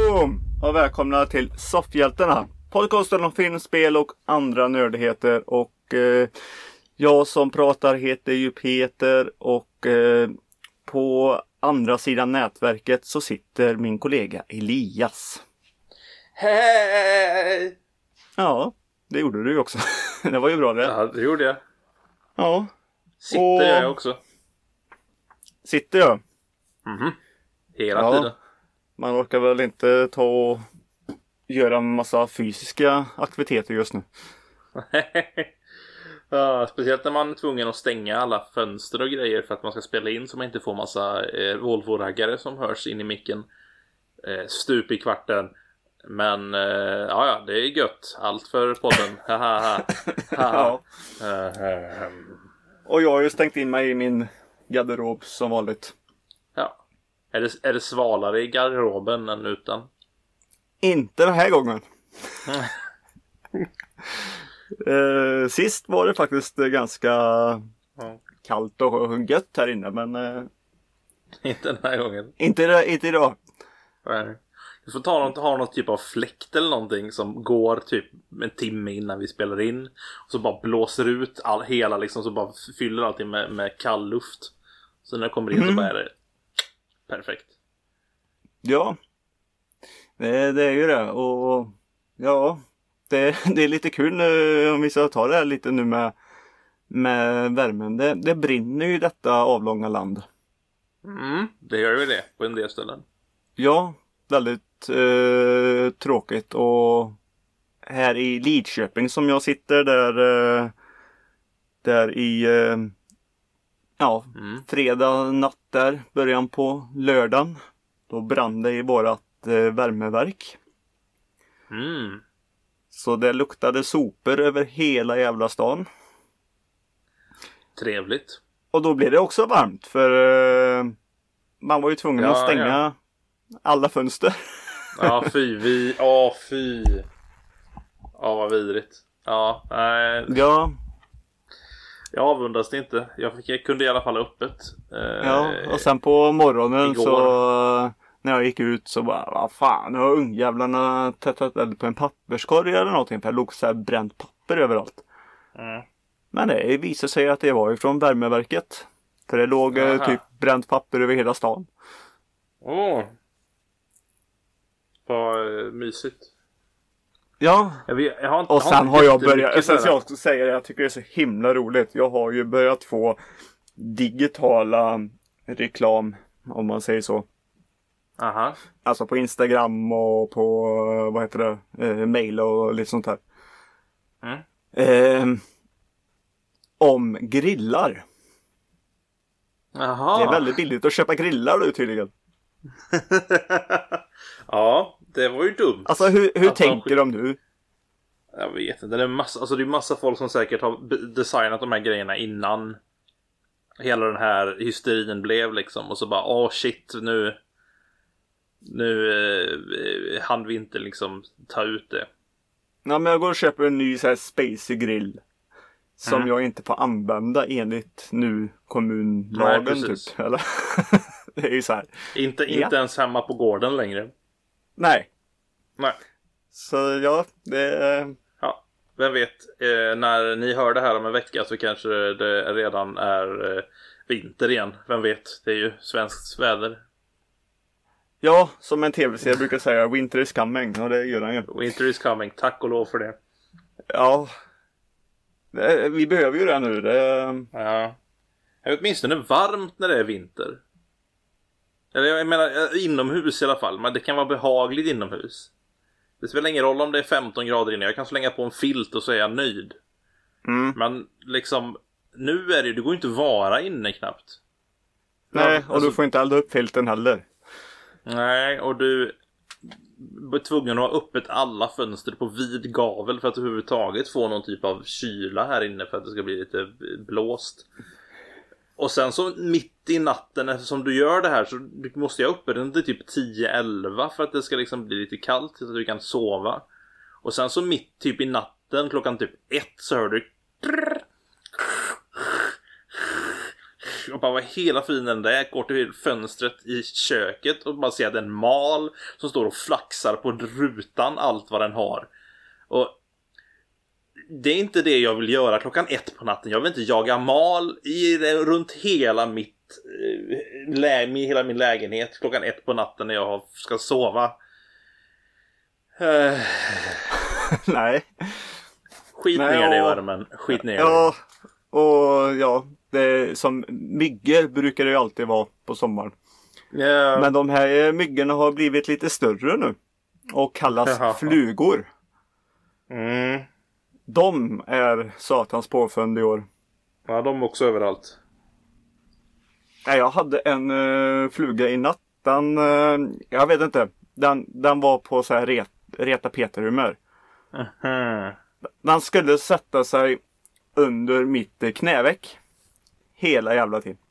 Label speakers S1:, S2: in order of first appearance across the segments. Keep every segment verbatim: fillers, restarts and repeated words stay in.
S1: Hallå och välkomna till Soffhjältarna, podcasten om film, spel och andra nördigheter. Och eh, jag som pratar heter ju Peter och eh, på andra sidan nätverket så sitter min kollega Elias.
S2: Hej!
S1: Ja, det gjorde du ju också. Det var ju bra det.
S2: Ja, det gjorde jag.
S1: Ja.
S2: Sitter
S1: och...
S2: jag också.
S1: Sitter jag?
S2: Mhm. Hela
S1: ja.
S2: tiden.
S1: Man orkar väl inte ta och göra en massa fysiska aktiviteter just nu.
S2: Ja, speciellt när man är tvungen att stänga alla fönster och grejer för att man ska spela in så man inte får massa eh, Volvo-raggare som hörs in i micken eh, stup i kvarten. Men eh, ja, ja, det är gött. Allt för podden.
S1: Ja. Och jag har ju stängt in mig i min garderob som vanligt.
S2: Ja. Är det, är det svalare i garderoben än utan?
S1: Inte den här gången. eh, sist var det faktiskt ganska
S2: Ja.
S1: kallt och gött här inne, men eh,
S2: Inte den här gången.
S1: inte, inte idag.
S2: Nej. Du får ta något, ha någon typ av fläkt eller någonting som går typ en timme innan vi spelar in. Och så bara blåser ut all, hela liksom, så bara fyller allting med, med kall luft. Så när det kommer in
S1: Mm.
S2: så bara är det perfekt.
S1: Ja, det, det är ju det. Och ja, det, det är lite kul nu, om vi ska ta det här lite nu med, med värmen. Det, det brinner ju detta avlånga land.
S2: Mm, det gör ju det på en del ställen.
S1: Ja, väldigt eh, tråkigt. Och här i Lidköping som jag sitter där, eh, där i eh, ja,
S2: Mm.
S1: fredag natt där, början på lördagen. Då brann det i vårat eh, värmeverk.
S2: Mm.
S1: Så det luktade sopor över hela jävla stan.
S2: Trevligt.
S1: Och då blev det också varmt för eh, man var ju tvungen
S2: Ja,
S1: att stänga
S2: ja.
S1: alla fönster.
S2: Ja, fy. Vi... Åh, fy. Ja, vad vidrigt. Ja, nej.
S1: Ja,
S2: Jag avundas det inte. Jag, fick, jag kunde i alla fall ha öppet. Eh,
S1: ja, och sen på morgonen
S2: igår.
S1: så när jag gick ut så bara, vad fan, nu har ungjävlarna tättat eld på en papperskorg eller någonting, för det låg så här bränt papper överallt.
S2: Mm.
S1: Men det visade sig att det var ifrån värmeverket. För det låg eh,
S2: Aha.
S1: typ bränt papper över hela stan.
S2: Åh. Vad eh, mysigt.
S1: Ja,
S2: Jag vet, jag har inte,
S1: och
S2: har
S1: sen
S2: inte
S1: har jag
S2: jättemycket
S1: börjat, sen
S2: sådär.
S1: jag ska säga det, jag tycker det är så himla roligt. Jag har ju börjat få digitala reklam, om man säger så.
S2: Aha.
S1: Alltså på Instagram och på, vad heter det, eh, mail och lite sånt här.
S2: Mm.
S1: Eh, om grillar.
S2: Jaha.
S1: Det är väldigt billigt att köpa grillar nu tydligen.
S2: Ja, det var ju dumt.
S1: Alltså hur, hur
S2: Alltså,
S1: tänker de nu?
S2: Jag vet inte, det är massa, alltså det är massa folk som säkert har b- designat de här grejerna innan hela den här hysterin blev liksom. Och så bara, åh shit, nu Nu eh, hann vi inte liksom ta ut det.
S1: Ja, men jag går och köper en ny så här spacey grill. Som
S2: Mm.
S1: jag inte får använda enligt nu kommunlagen.
S2: Nej, precis.
S1: typ. Eller? Det är ju så här.
S2: Inte,
S1: Ja.
S2: inte ens hemma på gården längre.
S1: Nej.
S2: Nej.
S1: Så ja, det är...
S2: Ja, vem vet, eh, när ni hör det här om en vecka så kanske det redan är eh, vinter igen. Vem vet, det är ju svenskt väder.
S1: Ja, som en tv-serie brukar säga, winter is coming. Och det gör han ju.
S2: Winter is coming, tack och lov för det.
S1: Ja. Det, vi behöver ju det nu. Det,
S2: Ja. Det är åtminstone varmt när det är vinter. Eller jag menar inomhus i alla fall. Men det kan vara behagligt inomhus. Det spelar ingen roll om det är femton grader inne. Jag kan slänga på en filt och så är jag nöjd.
S1: mm.
S2: Men liksom, nu är det, det går inte att vara inne knappt.
S1: Nej, och
S2: alltså-
S1: du får inte elda upp filten heller.
S2: Nej, och du är tvungen att ha öppet alla fönster på vid gavel för att överhuvudtaget få någon typ av kyla här inne för att det ska bli lite blåst. Och sen så mitt i natten, eftersom du gör det här, så du måste jag öppna den till typ tio elva för att det ska liksom bli lite kallt så att du kan sova. Och sen så mitt typ i natten klockan typ ett så hör du och bara vad hela friden det är. Går till fönstret i köket och bara ser att en mal som står och flaxar på rutan allt vad den har. Och det är inte det jag vill göra klockan ett på natten. Jag vill inte jaga mal i, runt hela mitt lä, hela min lägenhet klockan ett på natten när jag ska sova. Uh.
S1: Nej.
S2: Skit
S1: Nej,
S2: ner
S1: och...
S2: det i värmen. Skit ner
S1: ja, det. Och ja, det är, som myggor brukar det ju alltid vara på sommaren.
S2: Yeah.
S1: Men de här myggorna har blivit lite större nu. Och kallas
S2: Jaha.
S1: flugor.
S2: Mm.
S1: De är satans påfund i år.
S2: Ja, de är också överallt.
S1: Nej, jag hade en uh, fluga i natt. Den, uh, jag vet inte. Den, den var på så här ret, reta Peter-humör.
S2: Uh-huh.
S1: Den skulle sätta sig under mitt knäveck. Hela jävla tiden.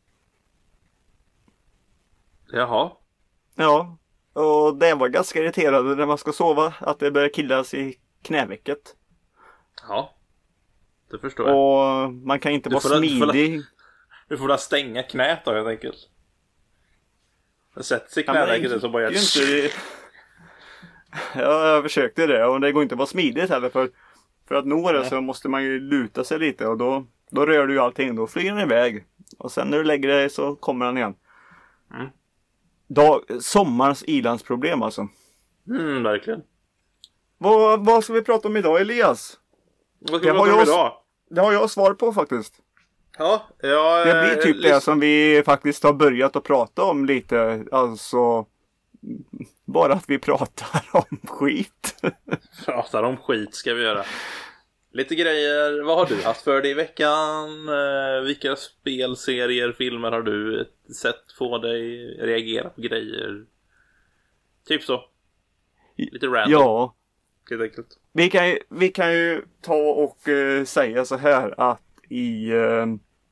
S2: Jaha.
S1: Ja. Och det var ganska irriterande när man ska sova. Att det börjar killas i knävecket.
S2: Ja. Det förstår jag.
S1: Och man kan inte
S2: Du
S1: vara
S2: får la- du får la-
S1: smidig.
S2: Du får da stänga knät då helt enkelt. Det sätter sig
S1: Ja, men
S2: knäläget
S1: det
S2: så bara
S1: gick ju inte. Ja, jag försökte det. Och det går inte att vara smidigt heller. För, för att nå det
S2: Nej.
S1: så måste man ju luta sig lite. Och då, då rör du ju allting. Då flyger den iväg. Och sen när du lägger dig så kommer den igen.
S2: Mm.
S1: Dag, sommarens ilandsproblem alltså.
S2: Mm, verkligen.
S1: Vad, vad ska vi prata om idag, Elias?
S2: Vad ska
S1: Det
S2: vi
S1: har
S2: prata om
S1: jag-
S2: idag?
S1: Det har jag svar på faktiskt.
S2: Ja, jag...
S1: Det blir typ det som vi faktiskt har börjat att prata om lite. Alltså, bara att vi pratar om skit.
S2: Pratar om skit ska vi göra. Lite grejer. Vad har du haft för dig i veckan? Eh, vilka spel, serier, filmer har du sett få dig reagera på grejer? Typ så. Lite random.
S1: Ja,
S2: Helt enkelt.
S1: vi kan, ju- vi kan ju ta och eh, säga så här att i, eh,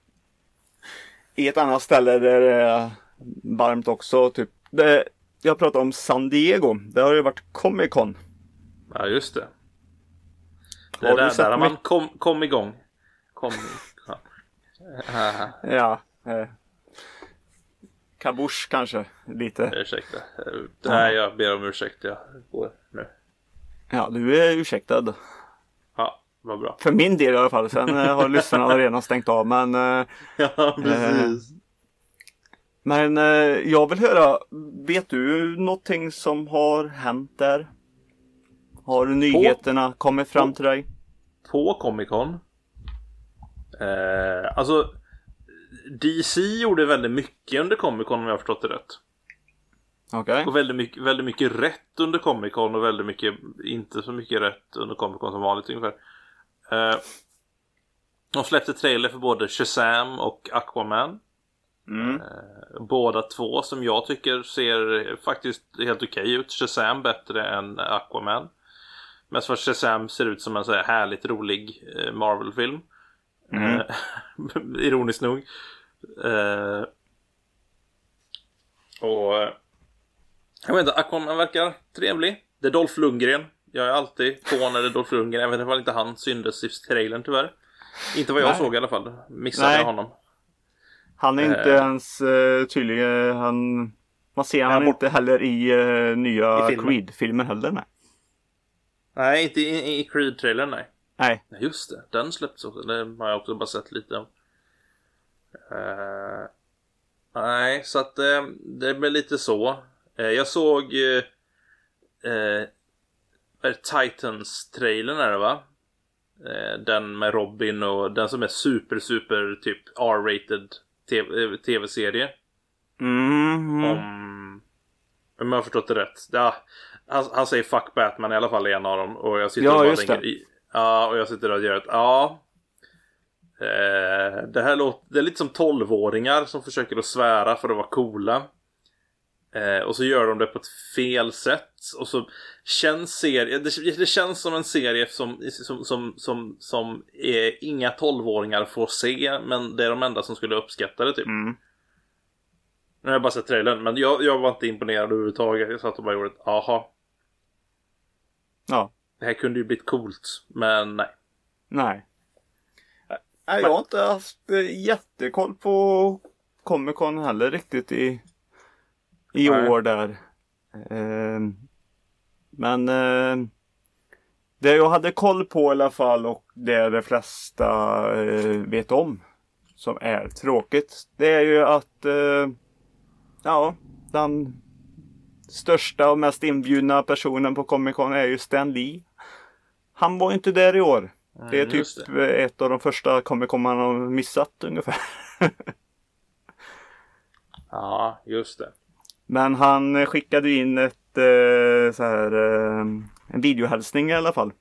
S1: i ett annat ställe där det är varmt också. Typ, det, jag pratar om San Diego. Det har ju varit Comic Con.
S2: Ja, just det. Det
S1: Har
S2: är
S1: du
S2: där,
S1: sett
S2: där har
S1: mig?
S2: man kom, kom igång. Kom, ja.
S1: Ja. Eh, Kabush kanske lite.
S2: Ursäkta. Nej, jag ber om ursäkt. Jag går nu.
S1: Ja, du är ursäktad.
S2: Ja, vad bra.
S1: För min del i alla fall. Sen eh, har lyssnarna redan stängt av. Men, eh,
S2: Ja, precis.
S1: men eh, jag vill höra. Vet du någonting som har hänt där? Har nyheterna kommit fram till dig?
S2: På Comic Con. Eh, alltså D C gjorde väldigt mycket under Comic Con om jag har förstått det rätt.
S1: Okej.
S2: Och väldigt mycket, väldigt mycket rätt under Comic Con och väldigt mycket inte så mycket rätt under Comic Con som vanligt ungefär. Eh, de släppte trailer för både Shazam och Aquaman.
S1: Mm.
S2: Eh, båda två som jag tycker ser faktiskt helt okej ut. Shazam bättre än Aquaman. Men för Shazam ser ut som en så här härligt rolig eh, Marvel-film.
S1: Mm.
S2: Eh, ironiskt nog. Eh, och eh, jag vet inte, Aquaman verkar trevlig. Det är Dolph Lundgren. Jag är alltid på när det är Dolph Lundgren. Även om inte han syndes i trailern tyvärr. Inte vad jag
S1: Nej.
S2: såg i alla fall. Missade
S1: Nej.
S2: jag honom.
S1: Han är inte
S2: Eh.
S1: ens uh, tydligen. Han, man ser han
S2: Ja, bort-
S1: inte heller i uh, nya
S2: I filmen.
S1: Creed-filmen heller. Nej.
S2: Nej, inte i, i Creed-trailern, nej.
S1: Nej.
S2: Nej, just det. Den släpptes också. Det har jag också bara sett lite av. Eh, nej, så att eh, det blir lite så. Eh, jag såg eh, eh, Titans-trailern är det va? Eh, den med Robin och den som är super, super typ R-rated TV- tv-serie.
S1: Mm.
S2: Om, om jag har förstått det rätt. Ja, han, han säger fuck Batman i alla fall i en av dem. Och jag sitter
S1: Ja,
S2: och bara
S1: just
S2: tänker
S1: det.
S2: i, ja, och jag sitter och gör ett ja. Eh, det här låter, det är lite som tolvåringar som försöker att svära för att vara coola. Eh, och så gör de det på ett fel sätt. Och så känns serie, det, det känns som en serie som, som, som, som, som är, inga tolvåringar får se. Men det är de enda som skulle uppskatta det typ.
S1: Mm.
S2: Nu har jag bara sett trailern, men jag, jag var inte imponerad överhuvudtaget. Jag satt och bara gjorde ett aha.
S1: Ja.
S2: Det här kunde ju blivit coolt, men nej.
S1: Nej. Nej, jag har inte haft jättekoll på Comic Con heller riktigt i, i år där. Eh, men eh, det jag hade koll på i alla fall, och det de flesta eh, vet om som är tråkigt, det är ju att eh, ja, den största och mest inbjudna personen på Comic Con är ju Stan Lee. Han var inte där i år. Mm, det är typ det. Ett av de första Comic Con man har missat ungefär.
S2: Ja, just det.
S1: Men han skickade in ett eh, så här eh, en videohälsning i alla fall.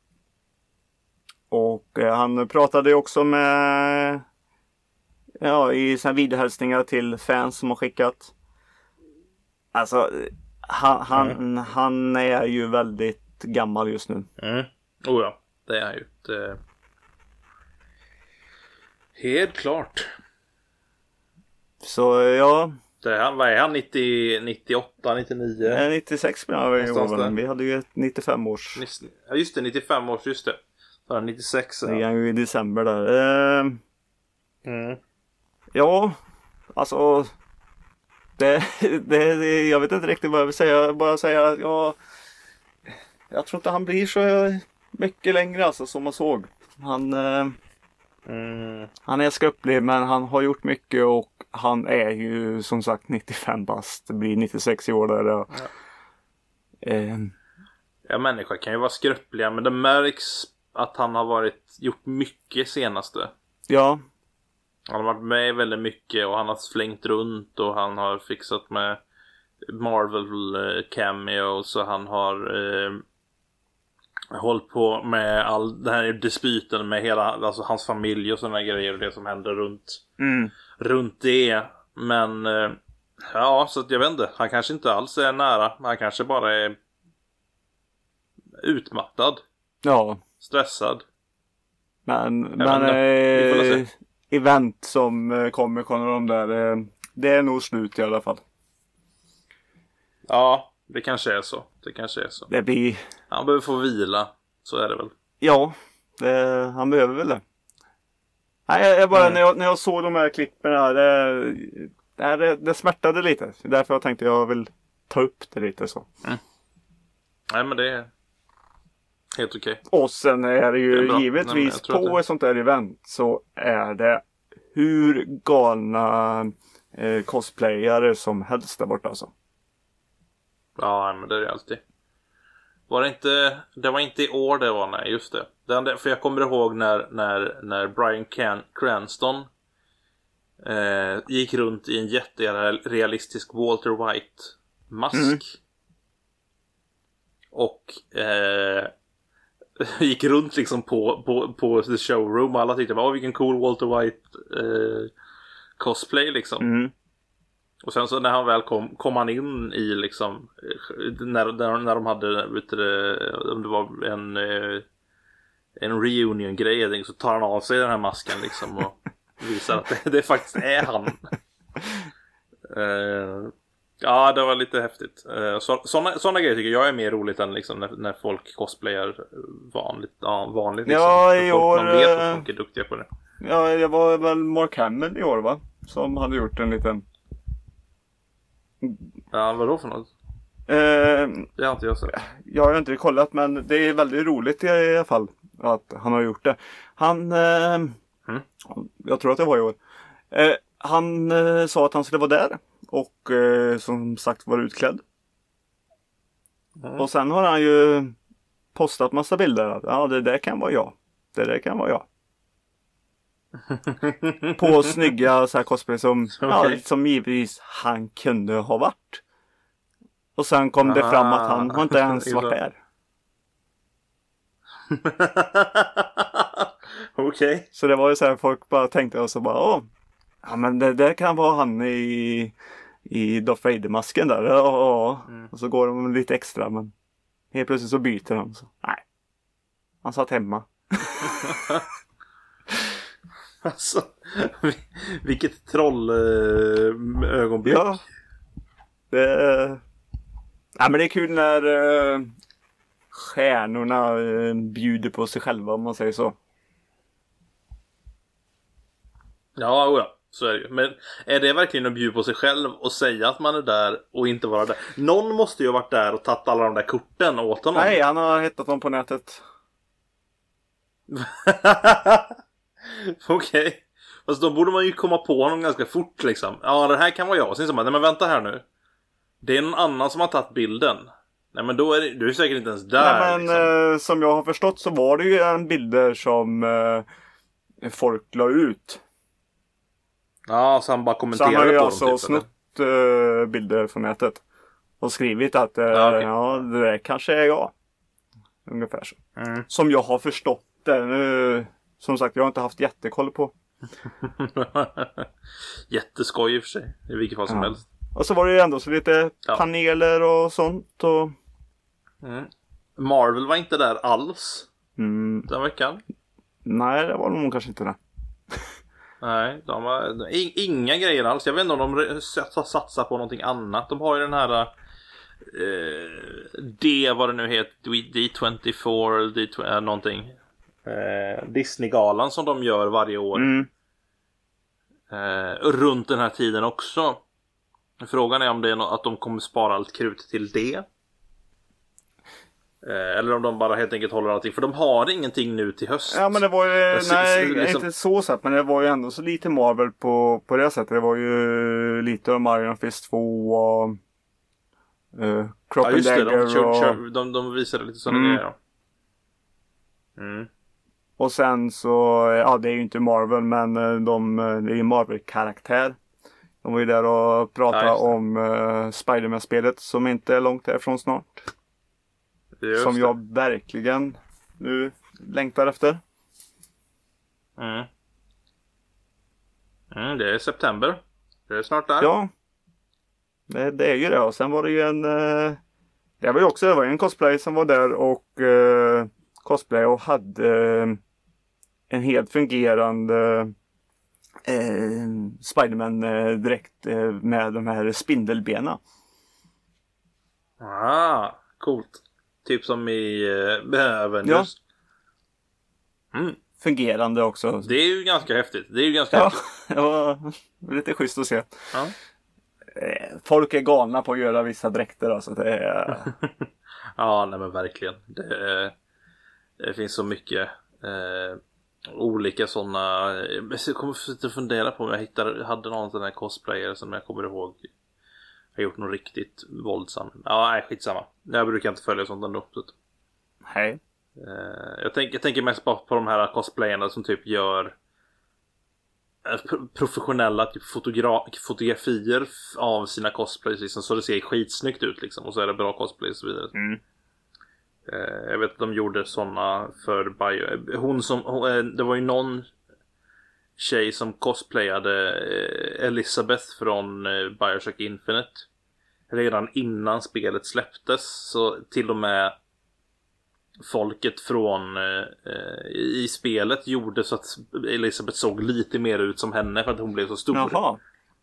S1: Och eh, han pratade också med ja, i såna videohälsningar till fans som har skickat. Alltså han, han, mm. han är ju väldigt gammal just nu.
S2: Mm. Oh ja, det är han ju. Det... Helt klart.
S1: Så ja.
S2: Det är han, vad är han? nittio, nittioåtta, nittionio?
S1: Nej, nittiosex menar vi. År, vi hade ju ett nittiofem års.
S2: Ja just det, nittiofem års, just det. Så är nittiosex.
S1: Det är ju i december där. Uh,
S2: mm.
S1: Ja, alltså. Det, det, jag vet inte riktigt vad jag vill säga. Jag bara säga att jag, jag tror inte han blir så mycket längre alltså, som man såg. Han, uh,
S2: mm.
S1: han är skröplig, men han har gjort mycket och han är ju som sagt nittiofem bast. Det blir nittiosex i år där. Ja.
S2: Uh. Ja, människor kan ju vara skröpliga, men det märks att han har varit gjort mycket senaste.
S1: Ja.
S2: Han har varit med väldigt mycket och han har slängt runt och han har fixat med Marvel eh, cameos och han har eh, hållit på med all den här dispyten med hela, alltså hans familj och sådana grejer och det som händer runt
S1: mm.
S2: runt det. Men eh, ja, så att jag vet inte, han kanske inte alls är nära. Han kanske bara är utmattad.
S1: Ja.
S2: Stressad.
S1: Men, men eh, event som kommer kommer de där, eh, det är nog slut i alla fall.
S2: Ja, det kanske är så. Det kanske är så.
S1: Det blir...
S2: Han behöver få vila, så är det väl.
S1: Ja, det, han behöver väl det. Nej, jag, jag bara, mm. när, jag, när jag såg de här klippen här, det, det, det smärtade lite. Därför jag tänkte jag vill ta upp det lite så.
S2: Mm. Nej, men det är helt okej.
S1: Och sen är det ju
S2: det är
S1: givetvis
S2: Nej,
S1: på ett sånt där event så är det hur galna eh, cosplayare som helst där borta alltså.
S2: Ja, men det är det alltid. Var det inte, det var inte i år det var, nej, just det. Den, för jag kommer ihåg när, när, när Bryan Can- Cranston eh, gick runt i en jätterealistisk Walter White-mask. Mm. Och eh, gick runt liksom på, på, på the showroom och alla tyckte, åh vilken cool Walter White eh, cosplay liksom.
S1: Mm.
S2: Och sen så när han väl kom, kom han in i liksom när, när, när de hade, vet du, om det var en en reunion-grej, så tar han av sig den här masken liksom och visar att det, det faktiskt är han. uh, ja, det var lite häftigt. Uh, så, såna, såna grejer tycker jag är mer roligt än liksom när, när folk cosplayar vanligt, ja, vanligt liksom.
S1: Ja, i
S2: folk,
S1: år...
S2: Man vet att folk är duktiga på det.
S1: Ja, det var väl Mark Hamill i år, va? Som hade gjort en liten...
S2: Ja, vadå för något?
S1: Eh,
S2: det har inte jag sett.
S1: Jag har inte kollat, men det är väldigt roligt i alla fall att han har gjort det. Han, eh, mm. jag tror att det var i år. Eh, han eh, sa att han skulle vara där och eh, som sagt var utklädd. Mm. Och sen har han ju postat massa bilder. Ja, det där kan vara jag. Det där kan vara jag. På snygga så här cosplay som, okay. ja, som givetvis han kunde ha varit. Och sen kom ah, det fram att han har inte ens varit där.
S2: Okej. Okay.
S1: Så det var ju så här, folk bara tänkte och så bara, åh, ja men det där kan vara han i i Darth Vader-masken där. Ja, ja. Mm. Och så går de lite extra, men helt plötsligt så byter han. Så, nej. Han satt hemma.
S2: Alltså, vilket trollögonblick.
S1: Ja. Det, ja, men det är kul när uh, stjärnorna uh, bjuder på sig själva, om man säger så.
S2: Ja, ja, så är det ju. Men är det verkligen att bjuda på sig själv och säga att man är där och inte vara där? Någon måste ju ha varit där och tagit alla de där korten åt honom.
S1: Nej, han har hittat dem på nätet.
S2: Okej. Okay. Fast då borde man ju komma på honom ganska fort liksom. Ja, det här kan vara jag. Sen så man, nej men vänta här nu. Det är någon annan som har tagit bilden. Nej men då är det, du är säkert inte ens där.
S1: Nej, men
S2: liksom.
S1: eh, som jag har förstått så var det ju en bilder som eh, folk la ut.
S2: Ja, så han bara
S1: Så
S2: kommenterade
S1: han har ju
S2: på
S1: alltså
S2: dem, typ,
S1: snott eh, bilder från nätet. Och skrivit att eh,
S2: Ja, okej.
S1: ja, det där kanske är jag. Ungefär så.
S2: Mm.
S1: Som jag har förstått det. Nu, som sagt, jag har inte haft jättekoll på.
S2: Jätteskoj i och för sig. I vilket fall som
S1: Ja.
S2: helst.
S1: Och så var det ju ändå så lite
S2: Ja.
S1: paneler och sånt. Och...
S2: Mm. Marvel var inte där alls
S1: Mm,
S2: den veckan.
S1: nej, det var nog kanske inte det.
S2: Nej, de har in, inga grejer alls. Jag vet inte om de re- sats- satsar på någonting annat. De har ju den här eh, D, vad det nu heter, D tjugofyra, D tjugo, äh, någonting. Eh, Disney-galan som de gör varje år.
S1: Mm.
S2: Eh, runt den här tiden också. Frågan är om det är no- att de kommer spara allt krut till det. Eh, eller om de bara helt enkelt håller allting. För de har ingenting nu till höst.
S1: Ja, men det var ju,
S2: Jag ser-
S1: nej,
S2: ser liksom-
S1: inte så sätt, men det var ju ändå så lite Marvel på, på det sättet. Det var ju lite av Iron Fist två och uh, Crop
S2: Ja
S1: and
S2: just det,
S1: Dagger
S2: de, kör,
S1: och,
S2: kör, de, de visade lite sådana
S1: Mm.
S2: grejer. Mm.
S1: och sen så, ja det är ju inte Marvel, men eh, de, eh, det är ju Marvel-karaktär. De var ju där och pratade
S2: Ja, just det.
S1: om uh, Spider-Man-spelet som inte är långt därifrån snart.
S2: Just
S1: som
S2: det.
S1: jag verkligen nu längtar efter.
S2: Mm. Mm, det är september. Det är snart där.
S1: Ja, det, det är ju det. Och sen var det ju en, eh, det var ju också det var en cosplay som var där och eh, cosplay och hade eh, en helt fungerande eh, Spider-Man eh, direkt eh, med de här spindelbena.
S2: Ah, coolt. Typ som i uh, Avengers. Mm.
S1: Fungerande också.
S2: Det är ju ganska häftigt. Det är ju ganska
S1: Ja,
S2: häftigt.
S1: det var lite schysst att se.
S2: Ja.
S1: Eh, Folk är galna på att göra vissa dräkter. Alltså det är...
S2: Ja, nej men verkligen. Det, det finns så mycket eh, olika sådana. Jag kommer att fundera på om jag hittade, hade någon sån här cosplayer som jag kommer ihåg har gjort något riktigt våldsam. Ja, nej, skitsamma. Jag brukar inte följa sånt ändå. Så.
S1: Nej.
S2: Eh, jag, tänk, jag tänker mest på, på de här cosplayerna som typ gör eh, pro- professionella typ fotogra- fotografier f- av sina cosplays liksom, så det ser skitsnyggt ut liksom, och så är det bra cosplay och så vidare.
S1: Mm.
S2: Eh, jag vet att de gjorde såna för Bio. Hon som, hon, eh, det var ju någon tjej som cosplayade eh, Elizabeth från eh, Bioshock Infinite redan innan spelet släpptes, så till och med folket från eh, i spelet gjorde så att Elizabeth såg lite mer ut som henne för att hon blev så stor.
S1: Jaha.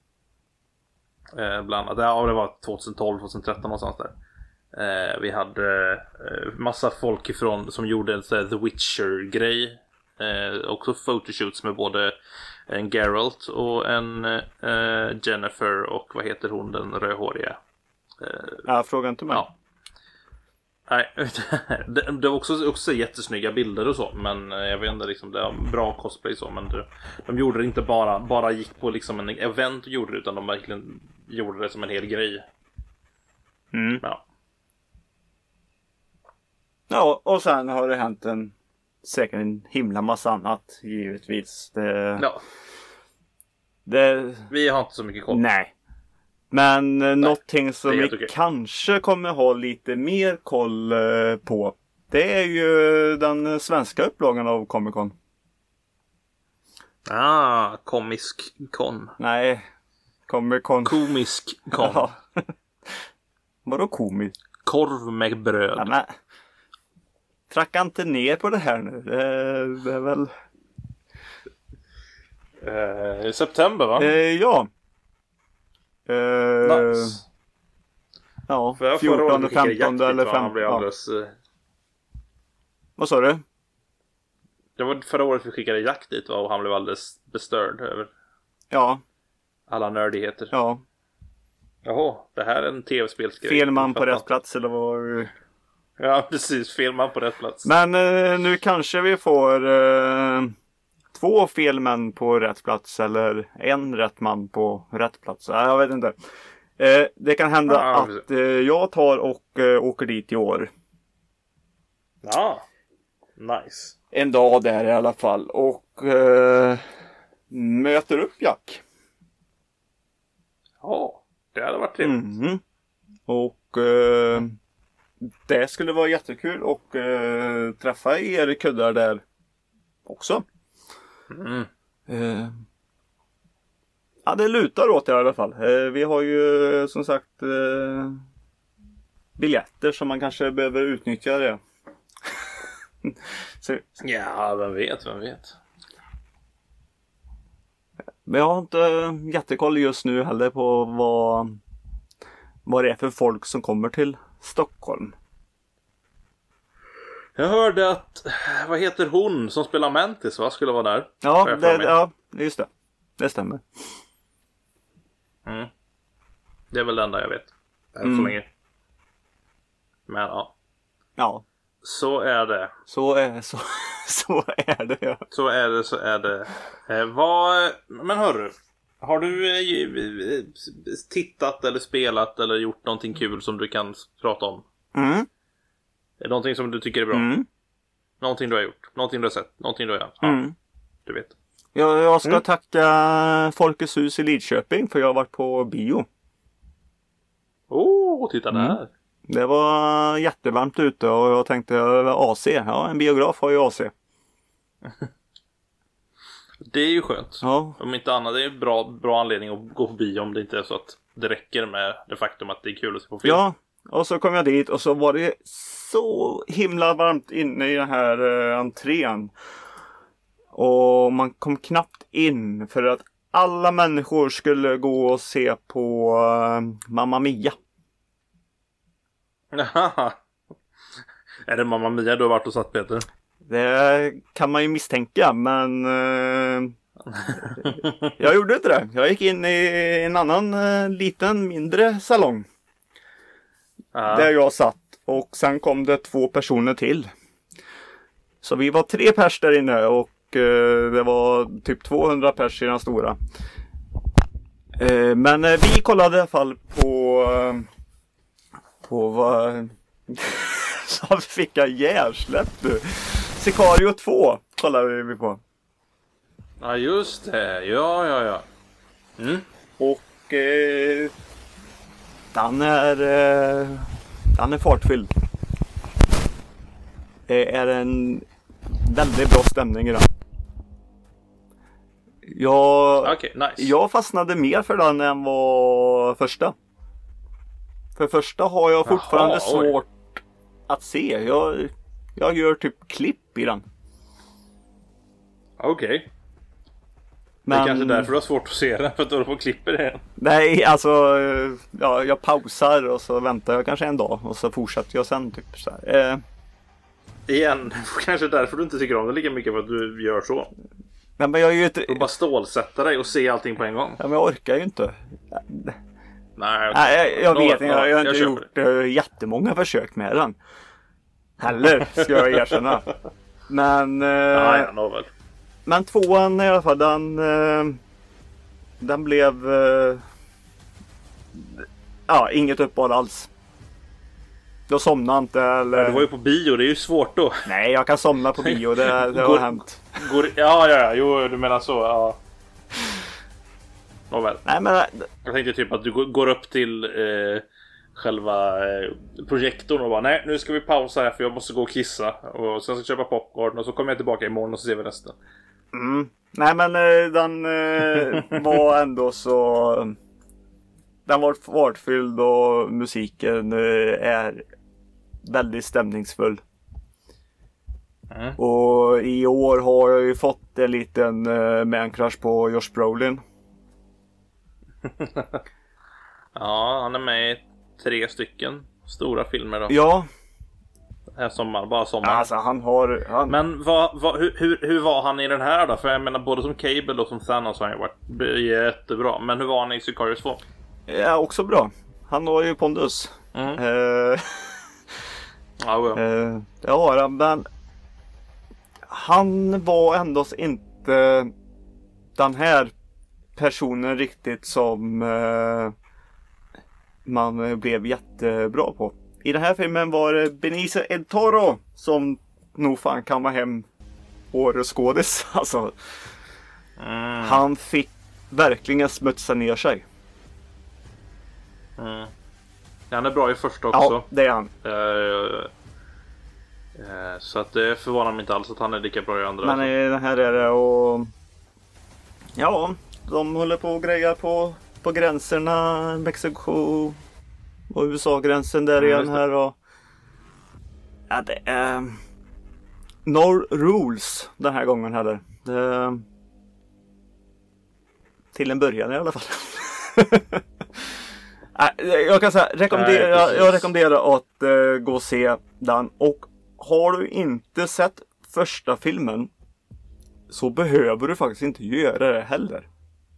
S2: Eh, bland annat, ja, det var tjugotolv tjugotretton någonstans där. Eh, vi hade eh, massa folk ifrån som gjorde en sån här The Witcher-grej. Eh, också photoshoots med både en Geralt och en eh, Jennifer och vad heter hon, den rödhåriga. Eh,
S1: Ja, fråga inte mig.
S2: ja. Nej, det, det var också, också jättesnygga bilder och så, men eh, jag vet inte, liksom, det var bra cosplay så, men det, de gjorde det inte bara, bara gick på liksom en event och gjorde det, utan de verkligen gjorde det som en hel grej.
S1: Mm.
S2: Ja.
S1: Ja, och sen har det hänt en säkert en himla massa annat, givetvis. Det,
S2: ja,
S1: det,
S2: vi har inte så mycket koll.
S1: nej. Men eh, någonting som
S2: det är
S1: vi
S2: helt okej.
S1: kanske kommer ha lite mer koll eh, på, det är ju den svenska upplagan av Comic Con.
S2: Ah, komisk kon.
S1: Nej, Comic Con.
S2: Komisk kon.
S1: Ja. Vadå komiskt?
S2: Korv med bröd.
S1: Ja, men, tracka inte ner på det här nu. Det, det är väl...
S2: Eh, september va?
S1: Eh, ja. Eh,
S2: Nice.
S1: Ja,
S2: För jag förra året
S1: fjortonde,
S2: skickade
S1: femtonde
S2: Jack
S1: eller
S2: dit, va? Han
S1: femtonde.
S2: blev
S1: Ja.
S2: alldeles... eh,
S1: Vad sa du?
S2: Det var förra året vi skickade Jack dit, va? Och han blev alldeles bestörd över
S1: Ja.
S2: Alla nördigheter.
S1: Ja.
S2: Jaha, det här är en tv-spelsgrej.
S1: Fel man på rätt plats eller vad?
S2: Ja, precis. Fel man på rätt plats.
S1: Men eh, nu kanske vi får eh, två fel män på rätt plats eller en rätt man på rätt plats. Nej, jag vet inte. Eh, det kan hända
S2: Ja,
S1: att eh, jag tar och eh, åker dit i år.
S2: Ja, nice.
S1: En dag där i alla fall. Och eh, möter upp Jack.
S2: Ja, det hade varit trevligt.
S1: Mm. Och eh, det skulle vara jättekul och eh, träffa er kuddar där också.
S2: Mm.
S1: Eh, ja, det lutar åt det i alla fall. Eh, vi har ju som sagt eh, biljetter som man kanske behöver utnyttja det. Så,
S2: Ja, vem vet, vem vet.
S1: men jag har inte jättekoll just nu heller på vad, vad det är för folk som kommer till Stockholm.
S2: Jag hörde att, vad heter hon som spelar Mantis, va? Skulle vara där.
S1: Ja,
S2: Har jag för
S1: det,
S2: mig.
S1: ja, just det. Det stämmer.
S2: Mm. Det är väl det enda jag vet. Än
S1: Mm.
S2: så länge. Men ja,
S1: Ja,
S2: så är det.
S1: så är, så, så är det. Ja.
S2: Så är det, så är det. Eh, vad, men hörru. Har du eh, tittat eller spelat eller gjort någonting kul som du kan prata om?
S1: Mm.
S2: Är det någonting som du tycker är bra?
S1: Mm.
S2: Någonting du har gjort? Någonting du har sett? Någonting du har gjort? Ja,
S1: Mm.
S2: du vet.
S1: Jag, jag ska
S2: Mm.
S1: tacka Folkets hus i Lidköping för jag har varit på bio.
S2: Oh, titta
S1: Mm.
S2: där.
S1: Det var jättevarmt ute och jag tänkte A C. Ja, en biograf har ju A C.
S2: Det är ju skönt.
S1: Ja,
S2: Om inte annat, det är en bra, bra anledning att gå på bio om det inte är så att det räcker med det faktum att det är kul att se på film.
S1: ja. Och så kom jag dit och så var det så himla varmt inne i den här eh, entrén. Och man kom knappt in för att alla människor skulle gå och se på eh, Mamma Mia.
S2: Är det Mamma Mia du har varit och satt, Peter?
S1: Det kan man ju misstänka, men eh, jag gjorde inte det. Jag gick in i en annan eh, liten mindre salong
S2: Ja.
S1: där jag satt och sen kom det två personer till. Så vi var tre pers där inne och eh, det var typ tvåhundra pers i den stora. Eh, men eh, vi kollade i alla fall på eh, på vad så fick jag hjärnsläpp du. Sicario två kollade vi på.
S2: Ja, just det. Ja, ja, ja. Mm.
S1: Och eh, den är eh, den är fartfylld. Det är en väldigt bra stämning i den. Jag,
S2: Okej, nice.
S1: jag fastnade mer för den än vad första. För första har jag fortfarande
S2: Jaha, oj.
S1: svårt att se. Jag, jag gör typ klipp i den.
S2: Okej. Det
S1: Men,
S2: är kanske därför du har svårt att se den, för att du håller på och klipper det.
S1: Nej, alltså eh, ja, jag pausar och så väntar jag kanske en dag och så fortsätter jag sen typ så här. Eh,
S2: Igen, kanske därför du inte tycker om det lika mycket, för att du gör så.
S1: nej, men jag är ju inte,
S2: Du bara stålsätta dig och se allting på en gång.
S1: ja, men jag orkar ju inte.
S2: Nej,
S1: Nej, jag, jag
S2: Nåväl,
S1: vet inte, jag, jag har
S2: jag
S1: inte
S2: köper
S1: gjort uh, jättemånga försök med den. Heller, ska jag erkänna. Men, uh,
S2: Ja, ja, nåväl.
S1: men tvåan i alla fall, den, uh, den blev, uh, ja, inget uppehåll alls. Jag somnade inte eller...
S2: Du var ju på bio, det är ju svårt då.
S1: Nej, jag kan somna på bio, det, det har
S2: Går-
S1: hänt.
S2: Går, ja, ja, ja, jo, du menar så, ja. Nåväl.
S1: Nej, men
S2: Jag tänkte typ att du går- går upp till eh, själva eh, projektorn och bara, nej, nu ska vi pausa här för jag måste gå och kissa. Och sen ska jag köpa popcorn och så kommer jag tillbaka imorgon och så ser vi resten.
S1: mm, nej, men eh, den eh, var ändå så... Den var fartfylld och musiken eh, är väldigt stämningsfull.
S2: Mm.
S1: Och i år har jag ju fått en liten eh, man-crush på Josh Brolin.
S2: Ja, han är med i tre stycken stora filmer då.
S1: Ja,
S2: Här sommar, bara sommar.
S1: Alltså han har... Han...
S2: Men vad, vad, hur, hur, hur var han i den här då? För jag menar både som Cable och som Thanos har han ju varit jättebra. Men hur var han i Sicarius två?
S1: Ja, också bra. Han har ju pondus.
S2: Mm.
S1: Uh,
S2: ja, ja.
S1: Uh, det har han, men han var ändå inte den här personen riktigt som uh, man blev jättebra på. I den här filmen var det Benicio del Toro som nog fan kan vara hem årets skådis. Alltså, mm. Han fick verkligen smutsa ner sig.
S2: Mm. Han är bra i första också.
S1: Ja, det är han.
S2: Uh, uh, så att det förvånar mig inte alls att han är lika bra i andra.
S1: Men i den här är det och... Ja, de håller på och grejer på, på gränserna. Mexiko och U S A-gränsen där mm, igen här. Och... Ja, det är... No rules den här gången heller. Det... Till en början i alla fall. Jag kan säga, rekommendera, Nej, jag rekommenderar att uh, gå och se den. Och har du inte sett första filmen så behöver du faktiskt inte göra det heller.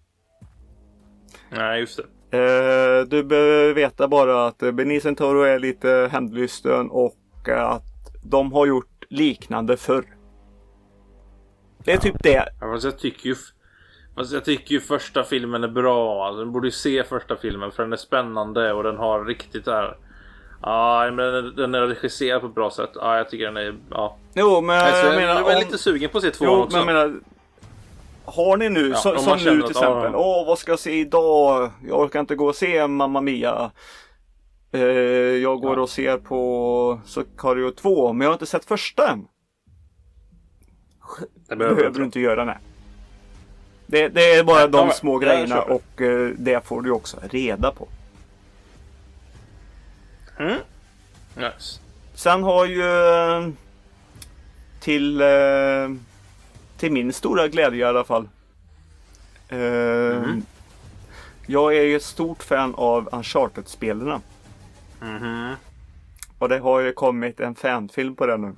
S2: Nej, just det.
S1: Uh, du behöver veta bara att Benicio del Toro är lite hämndlysten och att de har gjort liknande förr. Det är ja. typ det.
S2: Ja, jag tycker ju... Alltså jag tycker ju första filmen är bra. Alltså, du borde ju se första filmen för den är spännande och den har riktigt där. Ja, men den är regisserad på ett bra sätt. Ja, jag tycker den är ja.
S1: Jo, men
S2: alltså, jag,
S1: jag menar,
S2: jag är
S1: om...
S2: lite sugen på att se två
S1: jo,
S2: också.
S1: Men jag menar, har ni nu
S2: ja,
S1: så, som nu till
S2: att,
S1: exempel. Åh,
S2: ja.
S1: vad ska jag se idag? Jag orkar inte gå och se Mamma Mia. Uh, jag går ja. och ser på Sicario två, men jag har inte sett första än. Det behöver, behöver du inte göra, nej. Det, det är bara ja, de ja, små grejerna och uh, det får du också reda på.
S2: Mm. Nice.
S1: Sen har ju uh, till uh, till min stora glädje i alla fall. Uh, mm. Jag är ju ett stort fan av Uncharted-spelarna.
S2: Mhm.
S1: Och det har ju kommit en fanfilm på den nu.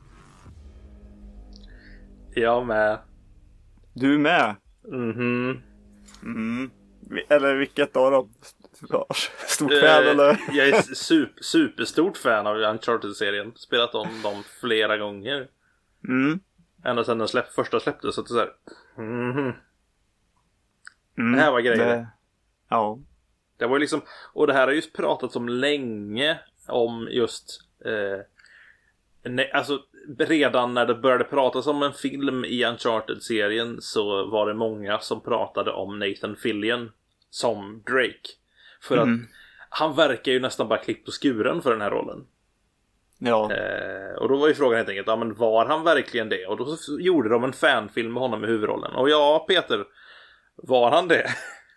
S2: Jag med.
S1: Du med?
S2: Mhm.
S1: Mm. Eller vilket av dem? Stort fan uh, eller?
S2: Jag är super, superstort fan av Uncharted-serien. Spelat om dem flera gånger.
S1: Mm.
S2: Ända sedan den släpp, första släpptes. Så att det så här. Mhm.
S1: Mm.
S2: Det här var grejer.
S1: Det... Ja.
S2: Det var ju liksom, och det här har ju pratats om länge om just eh, ne, alltså redan när det började pratas om en film i Uncharted-serien så var det många som pratade om Nathan Fillion som Drake. För mm. att han verkar ju nästan bara klippt på skuren för den här rollen.
S1: Ja.
S2: Eh, och då var ju frågan helt enkelt, ja men var han verkligen det? Och då gjorde de en fanfilm med honom i huvudrollen. Och ja, Peter, var han det?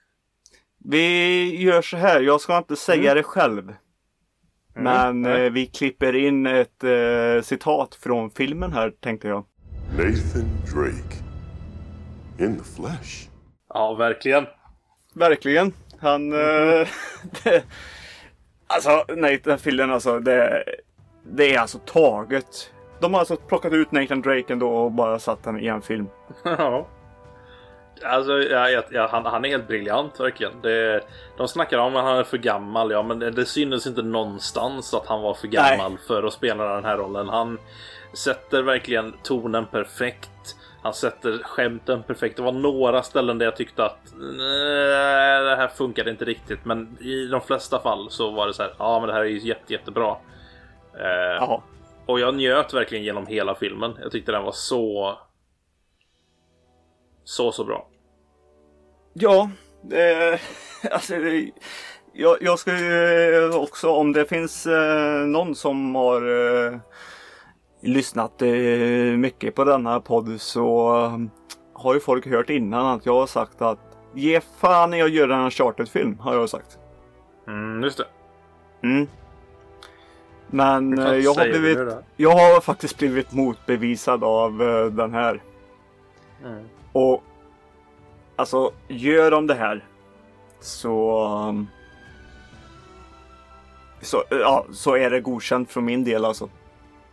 S1: Vi gör så här, jag ska inte säga mm. det själv. Mm. Men eh, vi klipper in ett eh, citat från filmen här, tänkte jag.
S3: Nathan Drake in the flesh.
S2: Ja, verkligen.
S1: Verkligen. Han mm. eh, det, alltså Nathan Fillion, alltså det, det är alltså taget. De har alltså plockat ut Nathan Drake ändå och bara satt han i en film.
S2: Ja. Alltså, ja, ja, han, han är helt briljant verkligen. Det, de snackar om att han är för gammal. Ja, men det, det synes inte någonstans att han var för gammal Nej. för att spela den här rollen. Han sätter verkligen tonen perfekt. Han sätter skämten perfekt. Det var några ställen där jag tyckte att nej, det här funkade inte riktigt. Men i de flesta fall så var det så här, ja men det här är ju jätte, jättebra. Eh, och jag njöt verkligen genom hela filmen. Jag tyckte den var så... Så, så bra.
S1: Ja, eh, alltså det, jag, jag ska ju också, om det finns eh, någon som har eh, lyssnat eh, mycket på denna podd så eh, har ju folk hört innan att jag har sagt att ge fan i att göra en Uncharted-film, har jag sagt.
S2: Mm, just det.
S1: Mm. Men eh, jag har blivit, jag har faktiskt blivit motbevisad av eh, den här.
S2: Mm.
S1: Och alltså, gör de det här så så, ja, så är det godkänt från min del alltså.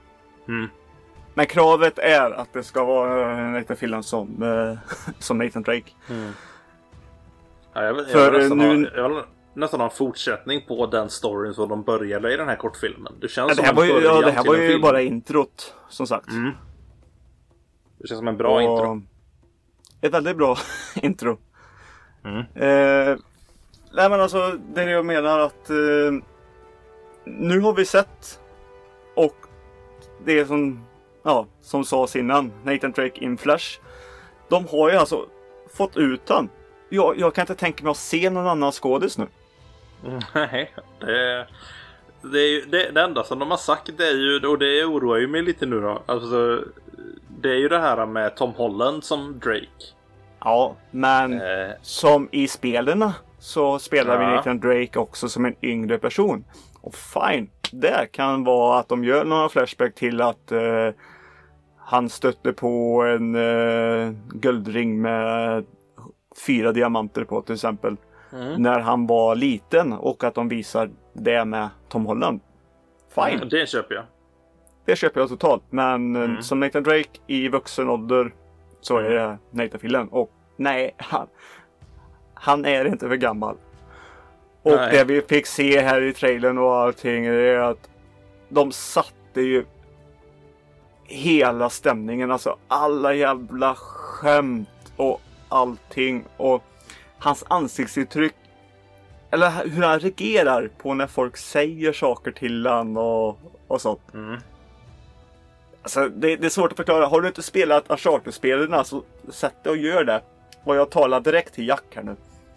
S2: Mm.
S1: Men kravet är att det ska vara Nathan Fillion som, eh, som Nathan Drake.
S2: Mm. Ja, jag vill, jag
S1: För
S2: vill nästan,
S1: nu...
S2: ha, jag vill nästan ha en fortsättning på den storyn som de började i den här kortfilmen. Det känns
S1: Ja, det
S2: som
S1: här
S2: en
S1: var ju,
S2: början
S1: ja, det här
S2: till
S1: var
S2: en
S1: ju
S2: film.
S1: bara introt, som sagt.
S2: Mm. Det känns som en bra
S1: Och
S2: intro.
S1: Ett väldigt bra intro.
S2: Mm.
S1: Eh, nej men alltså, det är det jag menar att eh, nu har vi sett, och det som, ja, som sades innan, Nathan Drake in Flash. De har ju alltså fått ut han. Jag, jag kan inte tänka mig att se någon annan skådis nu.
S2: Nej, det, det, är ju, det, det enda som de har sagt det är ju, och det oroar ju mig lite nu då. Alltså, det är ju det här med Tom Holland som Drake.
S1: Ja, men
S2: Eh.
S1: som i spelarna så spelar vi
S2: Ja.
S1: Nathan Drake också som en yngre person. Och fine, det kan vara att de gör några flashback till att eh, han stötte på en eh, guldring med fyra diamanter på till exempel.
S2: Mm.
S1: När han var liten, och att de visar det med Tom Holland. Fine,
S2: Mm, det köper jag.
S1: det köper jag totalt. Men eh,
S2: Mm.
S1: som Nathan Drake i vuxen ålder så är det Nathan Fillion. Och nej, han, han är inte för gammal. Och
S2: Nej.
S1: det vi fick se här i trailern och allting är att de satte ju hela stämningen. Alltså alla jävla skämt och allting. Och hans ansiktsuttryck. Eller hur han reagerar på när folk säger saker till han och, och sånt.
S2: Mm.
S1: Alltså, det, det är svårt att förklara. Har du inte spelat Uncharted-spelen så sätt dig och gör det. Och jag talar direkt till Jack här nu.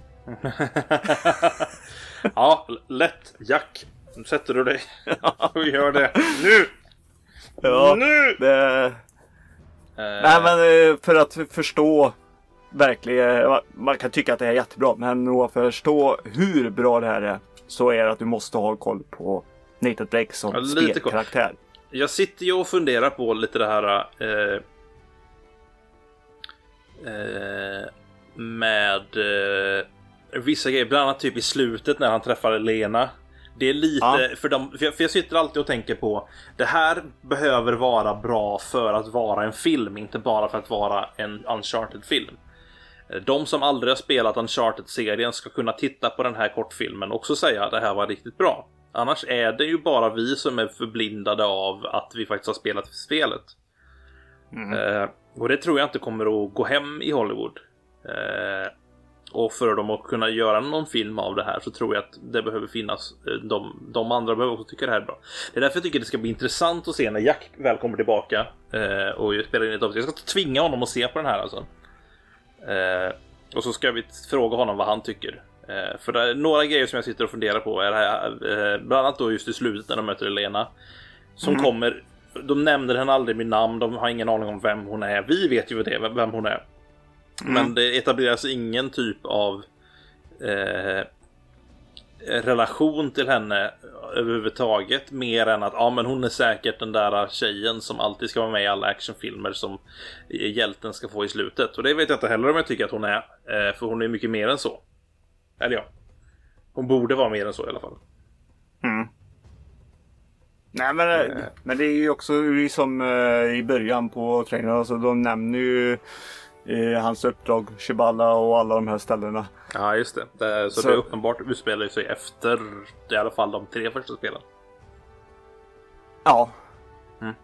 S2: Ja, lätt. Jack. Nu sätter du dig och gör det. Nu!
S1: Ja,
S2: Nu!
S1: det...
S2: Eh,
S1: Nej, men eh, för att förstå verkligen, man kan tycka att det är jättebra, men för att förstå hur bra det här är så är det att du måste ha koll på Nathan Drake som
S2: Ja, lite koll.
S1: spelkaraktär.
S2: Jag sitter ju och funderar på lite det här eh, eh, med eh, vissa grejer, bland annat typ i slutet när han träffar Lena. Det är lite,
S1: Ja.
S2: för, de, för, jag, för jag sitter alltid och tänker på, det här behöver vara bra för att vara en film, inte bara för att vara en Uncharted-film. De som aldrig har spelat Uncharted-serien ska kunna titta på den här kortfilmen och också säga att det här var riktigt bra. Annars är det ju bara vi som är förblindade av att vi faktiskt har spelat spelet.
S1: Mm.
S2: Eh, och det tror jag inte kommer att gå hem i Hollywood. Eh, och för dem att kunna göra någon film av det här så tror jag att det behöver finnas. Eh, de, de andra behöver också tycka det här är bra. Det är därför jag tycker det ska bli intressant att se när Jack väl kommer tillbaka eh, och spelar in ett avsnitt. Jag ska tvinga honom att se på den här alltså. Eh, och så ska vi fråga honom vad han tycker. Eh, för det är några grejer som jag sitter och funderar på är det här, eh, bland annat då just i slutet när de möter Elena. Som
S1: Mm.
S2: kommer, de nämner henne aldrig med namn, de har ingen aning om vem hon är. Vi vet ju det, vem hon är.
S1: Mm.
S2: Men det etableras ingen typ av eh, relation till henne överhuvudtaget, mer än att ja, men hon är säkert den där tjejen som alltid ska vara med i alla actionfilmer som hjälten ska få i slutet. Och det vet jag inte heller om jag tycker att hon är, eh, för hon är mycket mer än så. Eller ja, hon borde vara mer än så i alla fall.
S1: Mm. Nej, men,
S2: Eh.
S1: men det är ju också som uh, i början på trailern, alltså de nämner ju uh, hans uppdrag, Shibala och alla de här ställena.
S2: Ja, just det. det så,
S1: Så-
S2: det är uppenbart utspelar sig efter i alla fall de tre första spelen.
S1: Ja.
S2: Mm.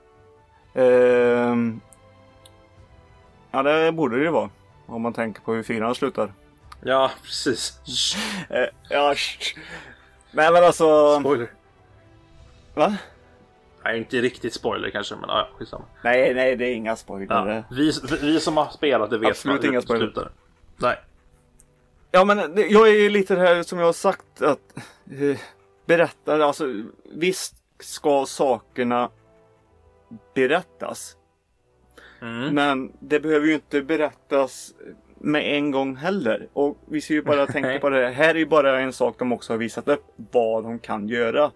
S1: Ehm. Ja, det borde det ju vara. Om man tänker på hur fyran slutar.
S2: Ja, precis.
S1: Eh, ja, sh- Nej, men alltså...
S2: Spoiler.
S1: Va?
S2: Nej, inte riktigt spoiler kanske, men ja, skitsamma.
S1: Nej, nej, det är inga spoiler.
S2: Ja,
S1: Ja,
S2: vi, vi som har spelat det vet
S1: Absolut
S2: hur
S1: inga
S2: det
S1: spoiler.
S2: slutar. Nej.
S1: ja men det, jag är ju lite det här som jag har sagt att... Eh, berätta, alltså visst ska sakerna berättas.
S2: Mm.
S1: Men det behöver ju inte berättas med en gång heller. Och vi ska ju bara tänka på det. Här är ju bara en sak de också har visat upp. Vad de kan göra.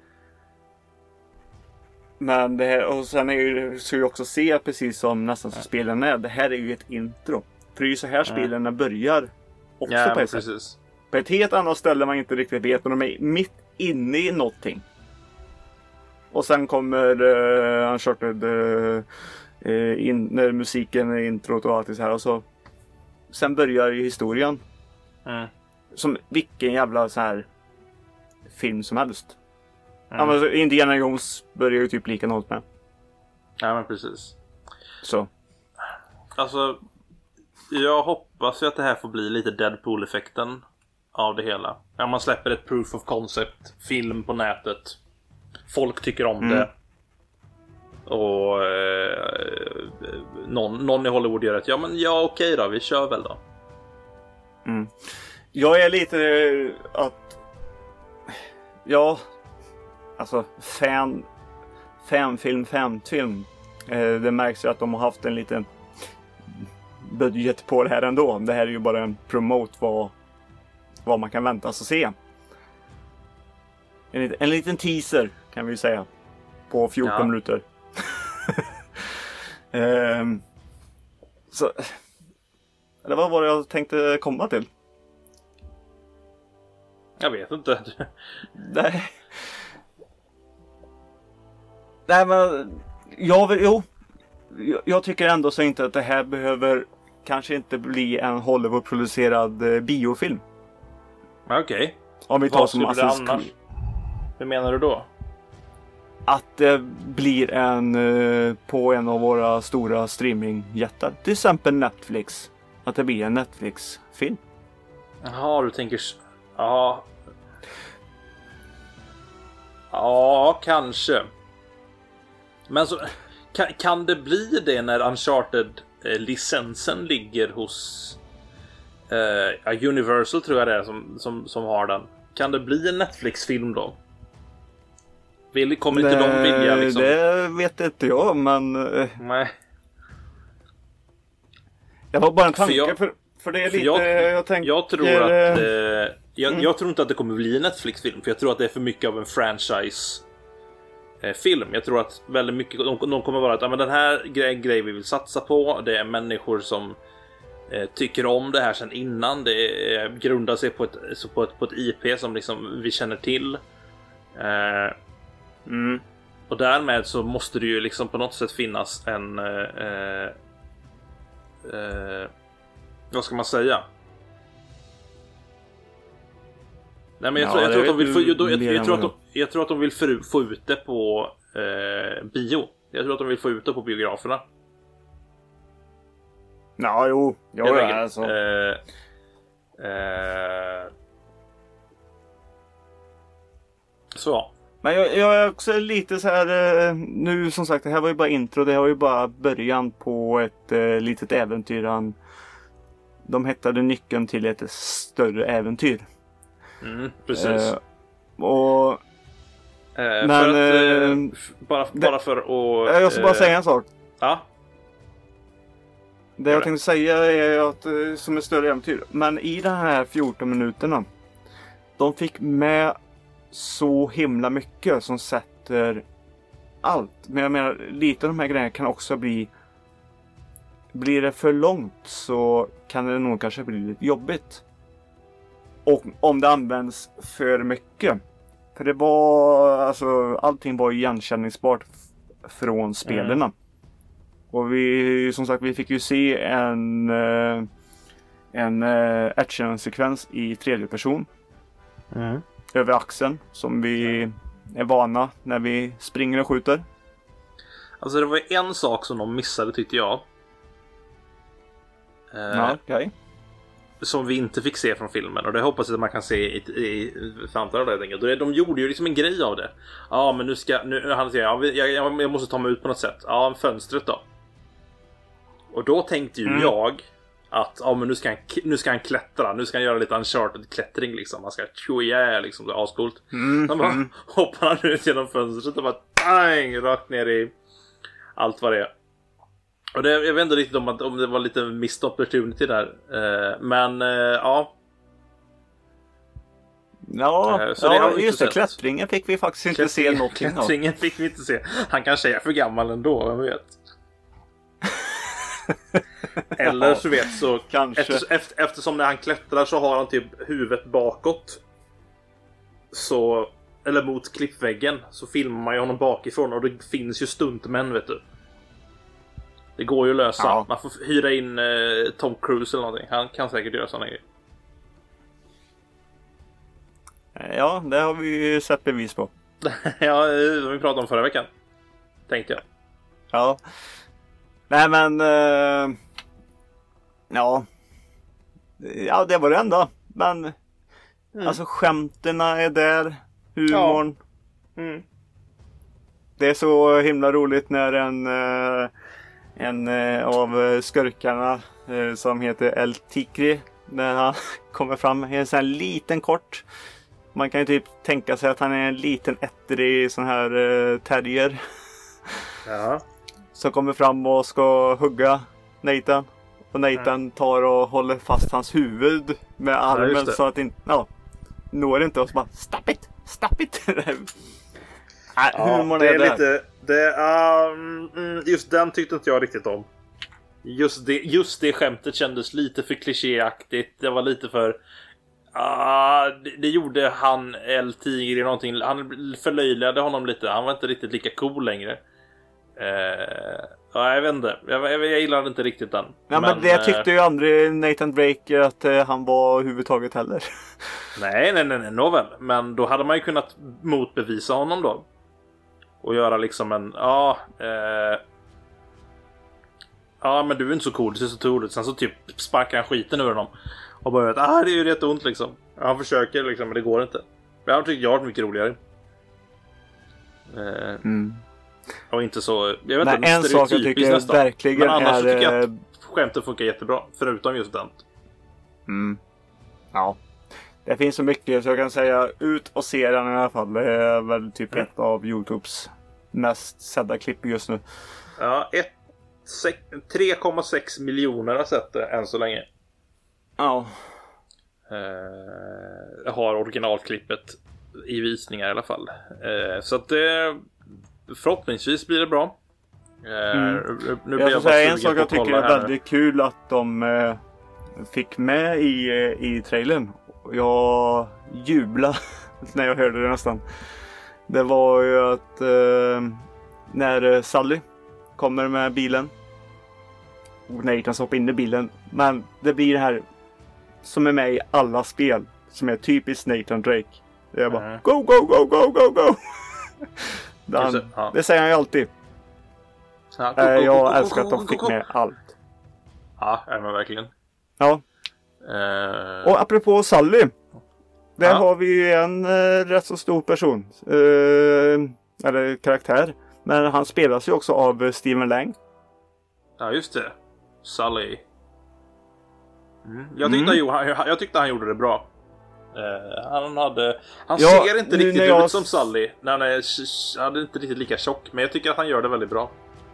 S1: Men det här, och sen är ju, ska vi också se precis som nästan som spelen är. Det här är ju ett intro. För det är ju så här spelarna börjar. Också
S2: Ja,
S1: på
S2: men
S1: ett sätt.
S2: precis.
S1: På ett helt annat ställe man inte riktigt vet. Och de är mitt inne i någonting. Och sen kommer uh, Uncharted uh, uh, in, när musiken är introt och allt det här. Och så sen börjar ju historien.
S2: Mm.
S1: Som vilken jävla så här film som helst.
S2: Mm.
S1: Ja, men Indiana Jones börjar ju typ likadant med.
S2: Ja, men precis.
S1: Så.
S2: Alltså, jag hoppas ju att det här får bli lite Deadpool-effekten av det hela. Ja, man släpper ett proof of concept film på nätet. Folk tycker om
S1: Mm.
S2: det. Och eh, någon, någon i Hollywood gör att ja, men ja, okej då, vi kör väl då.
S1: Mm. Jag är lite eh, att ja, alltså fan fanfilm, fanfilm. Eh, det märks ju att de har haft en liten budget på det här ändå. Det här är ju bara en promote vad, vad man kan väntas att se. En, en liten teaser kan vi säga. På fjorton
S2: Ja.
S1: minuter. ehm, så eller vad var det jag tänkte komma till?
S2: Jag vet inte.
S1: Nej. Nej men jag vill, jo. Jag, jag tycker ändå så inte att det här behöver kanske inte bli en Hollywood-producerad eh, biofilm.
S2: Okej. Okay.
S1: Om vi tar
S2: Vad
S1: som
S2: skulle det
S1: Assassin's
S2: annars?
S1: Creed.
S2: Hur menar du då?
S1: Att det blir en eh, på en av våra stora streamingjättar. Till exempel Netflix. Att det blir en Netflix-film.
S2: Jaha, du tänker... Ja. Ja, kanske. Men så... Kan, kan det bli det när Uncharted-licensen ligger hos... Uh, Universal tror jag det är som, som, som har den. Kan det bli en Netflix-film då? Vill, kommer inte de vilja liksom...
S1: Det vet inte jag, men... eh,
S2: Nej.
S1: Jag har bara en tanke,
S2: För jag-
S1: för, för det är
S2: För
S1: lite...
S2: jag,
S1: Jag, tänker...
S2: jag tror att...
S1: eh,
S2: Eh, jag,
S1: mm.
S2: jag tror inte att det kommer bli en Netflix-film. För jag tror att det är för mycket av en franchise-film. Jag tror att väldigt mycket... De, de kommer vara att ja, men den här grejen grej vi vill satsa på. Det är människor som eh, tycker om det här sedan innan. Det eh, grundar sig på ett, så på, ett, på ett I P som liksom vi känner till. Eh,
S1: mm.
S2: och därmed så måste det ju liksom på något sätt finnas en... Eh, eh, eh, vad ska man säga? Nej, men jag,
S1: Ja,
S2: tror, jag,
S1: det
S2: tror att de
S1: vet
S2: vill få,
S1: du
S2: jag, jag,
S1: mer
S2: jag, tror
S1: än
S2: att de, jag tror att de vill få, få ut det på eh, bio. Jag tror att de vill få ut det på biograferna.
S1: Ja, jo. Jo,
S2: Helt
S1: ja,
S2: enkelt.
S1: alltså.
S2: Eh, eh, så.
S1: Men jag, jag är också lite så här... eh, Nu som sagt, det här var ju bara intro. Det här var ju bara början på ett eh, litet äventyr. Han, de hittade nyckeln till ett större äventyr.
S2: Mm, precis.
S1: Eh, och...
S2: Eh,
S1: men,
S2: för att, eh,
S1: eh,
S2: f- bara, bara för att...
S1: Jag ska bara
S2: eh,
S1: säga en sak.
S2: Ja.
S1: Det
S2: Gör
S1: jag
S2: det.
S1: tänkte säga är att eh, som ett större äventyr. Men i de här fjorton minuterna. De fick med så himla mycket som sätter allt. Men jag menar, lite av de här grejerna kan också bli... Blir det för långt så kan det nog kanske bli lite jobbigt. Och om det används för mycket. För det var, alltså allting var igenkänningsbart f- från spelarna.
S2: Mm.
S1: Och vi, som sagt, vi fick ju se en eh, en eh, actionsekvens i tredje person.
S2: Mm.
S1: Över axeln, som vi är vana när vi springer och skjuter.
S2: Alltså det var ju en sak som de missade tyckte jag. Eh,
S1: Ja, okej.
S2: Som vi inte fick se från filmen. Och det hoppas jag att man kan se i, i framtiden helt enkelt. Och de gjorde ju liksom en grej av det. Ja, men nu ska... Nu, han säger, ja, jag, jag, jag måste ta mig ut på något sätt. Ja, fönstret då. Och då tänkte ju
S1: Mm.
S2: jag att ja, men nu ska, han, nu ska han klättra. Nu ska han göra lite Uncharted-klättring liksom. Han ska tjoja liksom. Det är ascoolt.
S1: Mm,
S2: Sen bara
S1: mm.
S2: hoppar han ut genom fönstret och bara bang, rakt ner i allt vad det är. Och det, jag vet inte riktigt om, att, om det var lite missed opportunity där. Eh, men eh, ja.
S1: Ja,
S2: Eh, så det har
S1: ja
S2: vi inte
S1: just det.
S2: sett.
S1: Klättringen fick vi faktiskt inte se någonting av.
S2: Klättringen fick vi inte se. Han kanske är för gammal ändå, vem vet. Eller så vet så
S1: Kanske.
S2: efter, efter, eftersom när han klättrar så har han typ huvudet bakåt. Så eller mot klippväggen, så filmar man ju honom bakifrån. Och det finns ju stuntmän, vet du. Det går ju att lösa.
S1: Ja.
S2: Man får hyra in eh, Tom Cruise eller någonting. Han kan säkert göra sådana grejer.
S1: Ja, det har vi ju sett bevis på.
S2: Ja, det vi pratade om förra veckan, tänkte jag.
S1: Ja. Nej men... Uh, ja. Ja, det var det enda. Men... Mm. Alltså skämterna är där. Humorn.
S2: Ja. Mm.
S1: Det är så himla roligt när en... Uh, en uh, av skurkarna uh, som heter El Tikri, när han kommer fram i en sån här liten kort. Man kan ju typ tänka sig att han är en liten ettrig sån här uh, terrier.
S2: Ja.
S1: Som kommer fram och ska hugga Nathan. Och Nathan mm. tar och håller fast hans huvud med armen, ja, så att inte, ja, når inte, och så bara stop it, stop it. Nej,
S2: ja,
S1: humorn
S2: det är,
S1: är
S2: lite det, um, just den tyckte inte jag riktigt om. Just det, just det skämtet kändes lite för klichéaktigt. Det var lite för uh, det, det gjorde han El Tigre någonting. Han förlöjligade honom lite. Han var inte riktigt lika cool längre. Uh, ja, jag vet inte. Jag, jag, jag gillade inte riktigt den.
S1: Ja, men, men det tyckte ju aldrig Nathan Drake att uh, han var överhuvudtaget heller.
S2: Nej, nej, nej, nej, nåväl. Men då hade man ju kunnat motbevisa honom då. Och göra liksom en, ja, eh, ja, men du är inte så cool, det ser så troligt. Sen så typ sparkar han skiten ur honom. Och bara vet, ah, det är ju rätt ont liksom. Han försöker liksom, men det går inte. Men jag tycker jag har varit mycket roligare. Eh, mm. Och inte så, jag vet
S1: Nej,
S2: inte,
S1: en sak jag tycker nästan. Verkligen
S2: men annars
S1: är...
S2: så tycker jag att skämten funkar jättebra. Förutom just den.
S1: Mm. Ja. Det finns så mycket, så jag kan säga ut och se den i alla fall. Det är väl typ mm. ett av YouTubes mest sedda klipp just nu.
S2: Ja, tre komma sex miljoner har sett det än så länge.
S1: Ja.
S2: Eh, jag har originalklippet i visningar i alla fall. Eh, så att det, förhoppningsvis blir det bra. Eh,
S1: mm.
S2: Nu blir
S1: jag
S2: jag bara
S1: säga en sak jag tycker är väldigt
S2: nu.
S1: kul att de eh, fick med i, i trailern. Jag jublade när jag hörde det nästan. Det var ju att eh, när Sully kommer med bilen och Nathan hoppar in i bilen, men det blir det här som är med i alla spel som är typiskt Nathan Drake. Det är bara mm. go, go, go, go, go, go. Den, ja. Det säger han ju alltid. Ja, go, go, go, jag go, älskar go, go, att de fick go, go. med allt.
S2: Ja, är man verkligen.
S1: Ja.
S2: Uh...
S1: Och apropå Sully. Där
S2: ja.
S1: har vi ju en uh, rätt så stor person. Uh, eller karaktär. Men han spelas ju också av uh, Stephen Lang.
S2: Ja, just det. Sully. Mm. Jag, tyckte mm. han, jag, jag tyckte han gjorde det bra. Uh, han hade... Han ja, ser inte riktigt jag... ut som Sully. Nej, nej, han är inte riktigt lika tjock. Men jag tycker att han gör det väldigt bra.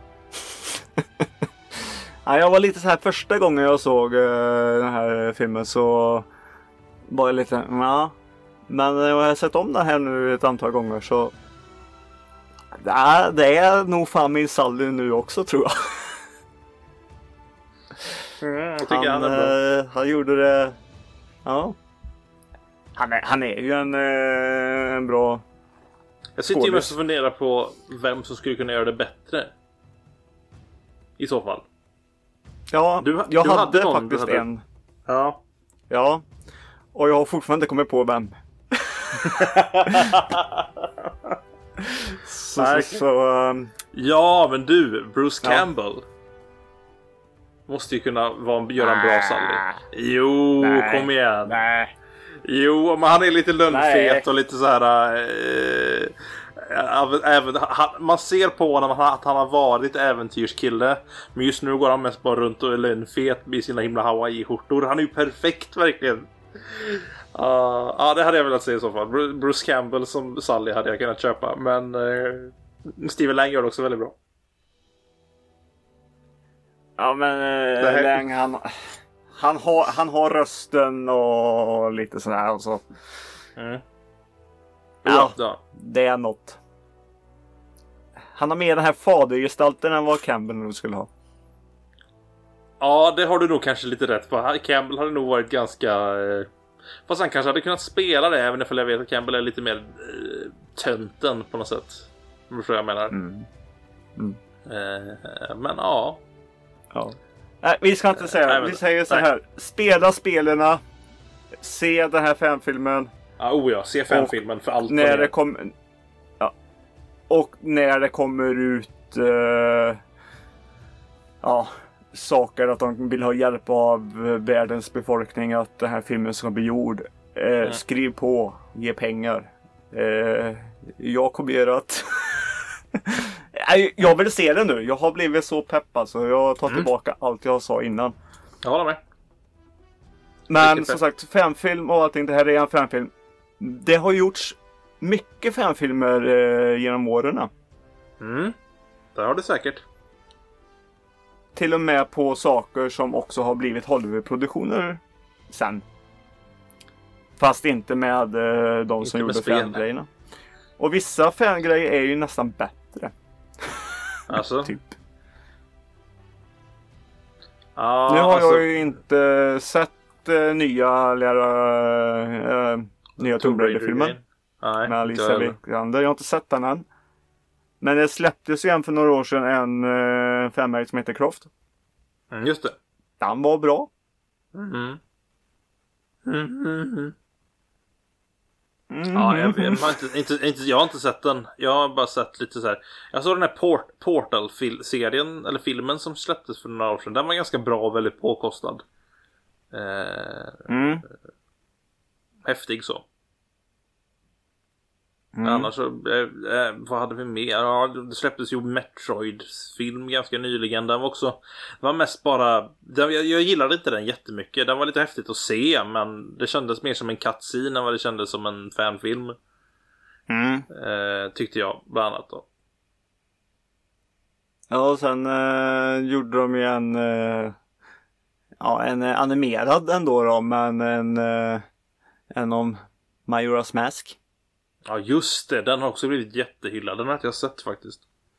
S1: Ja, jag var lite så här första gången jag såg uh, den här filmen, så var jag lite, ja. Men jag har sett om den här nu ett antal gånger, så ja, det är nog fan min Sully nu också, tror jag.
S2: Mm, jag tycker
S1: han,
S2: han är bra.
S1: Uh, han gjorde det, ja. Han är, han är ju en, uh, en bra
S2: Jag sitter ju mest och funderar på vem som skulle kunna göra det bättre. I så fall.
S1: Ja,
S2: du,
S1: jag
S2: du
S1: hade,
S2: hade någon,
S1: faktiskt
S2: hade...
S1: en.
S2: Ja.
S1: Ja. Och jag har fortfarande inte kommit på vem. så, så, så um...
S2: Ja, men du, Bruce Campbell. Ja. Måste ju kunna vara, göra en bra Sully. Jo, Nej. kom igen.
S1: Nej.
S2: Jo, men han är lite lönnfet och lite så här... Eh, även, han, man ser på honom att han har varit äventyrskille. Men just nu går han mest bara runt och är lönnfet med sina himla Hawaii-skjortor. Han är ju perfekt, verkligen. Uh, ja, det hade jag velat se i så fall. Bruce Campbell som Sully hade jag kunnat köpa. Men uh, Stephen Lang gör det också väldigt bra.
S1: Ja, men uh, Lang, han, han, har, han har rösten och lite sådär och så.
S2: Mm.
S1: Ja, ja, det är något. Han har mer den här fadergestalten än vad Campbell nog skulle ha.
S2: Ja, det har du nog kanske lite rätt på. Campbell hade nog varit ganska... Fast han kanske hade kunnat spela det, även ifall jag vet att Campbell är lite mer tönten på något sätt. Om du förstår vad jag menar.
S1: Mm. Mm.
S2: Eh, men ja.
S1: Ja. Nej, vi ska inte säga.
S2: Nej,
S1: vi
S2: men-
S1: säger så
S2: nej.
S1: här. Spela spelarna. Se den här fanfilmen.
S2: Ja, oh ja, se fanfilmen för allt vad
S1: När
S2: det
S1: det
S2: är.
S1: kommer... Ja. Och när det kommer ut... eh, ja. Saker att de vill ha hjälp av eh, världens befolkning. Att den här filmen ska bli gjord. Eh,
S2: Mm.
S1: Skriv på. Ge pengar. Eh, jag kommer göra att... Nej, jag vill se den nu. Jag har blivit så peppad så jag tar
S2: Mm.
S1: tillbaka allt jag sa innan.
S2: Jag håller med.
S1: Men
S2: Riktigt
S1: som
S2: pepp.
S1: sagt, fanfilm och allting. Det här är en fanfilm. Det har gjorts mycket fanfilmer eh, genom åren.
S2: Mm. Det har du säkert.
S1: Till och med på saker som också har blivit Hollywood-produktioner sen. Fast inte med eh, de
S2: Inte
S1: som
S2: med
S1: gjorde
S2: spel,
S1: fangrejerna. Och vissa fangrejer är ju nästan bättre.
S2: Alltså.
S1: Typ.
S2: Ja,
S1: Nu har
S2: alltså,
S1: jag ju inte sett eh, nya lära, eh, nya Tomb Raider-filmen
S2: grejen. Nej,
S1: med
S2: inte
S1: Alicia
S2: jag heller.
S1: Vikander. Jag har inte sett den än. Men det släpptes ju en för några år sedan en uh, fanmärk som heter Croft.
S2: Mm, just det.
S1: Den var bra.
S2: Mm. Mm, mm, mm.
S1: Mm.
S2: Ja, jag, jag, har inte, inte, inte, jag har inte sett den. Jag har bara sett lite så här. Jag såg den här Port, Portal-serien, eller filmen som släpptes för några år sedan. Den var ganska bra och väldigt påkostad. Eh,
S1: Mm.
S2: häftig så.
S1: Mm.
S2: Annars så, eh, eh, vad hade vi mer? Ja, det släpptes ju Metroid-film ganska nyligen. Den var också, det var mest bara, den, jag, jag gillade inte den jättemycket. Den var lite häftigt att se, men det kändes mer som en cutscene än vad det kändes som en fanfilm.
S1: Mm.
S2: Eh, tyckte jag, bland annat då.
S1: Ja, och sen eh, gjorde de ju en eh, ja, en eh, animerad ändå då, men en eh, en om Majora's Mask.
S2: Ja, just det. Den har också blivit jättehyllad. Den har inte jag sett faktiskt.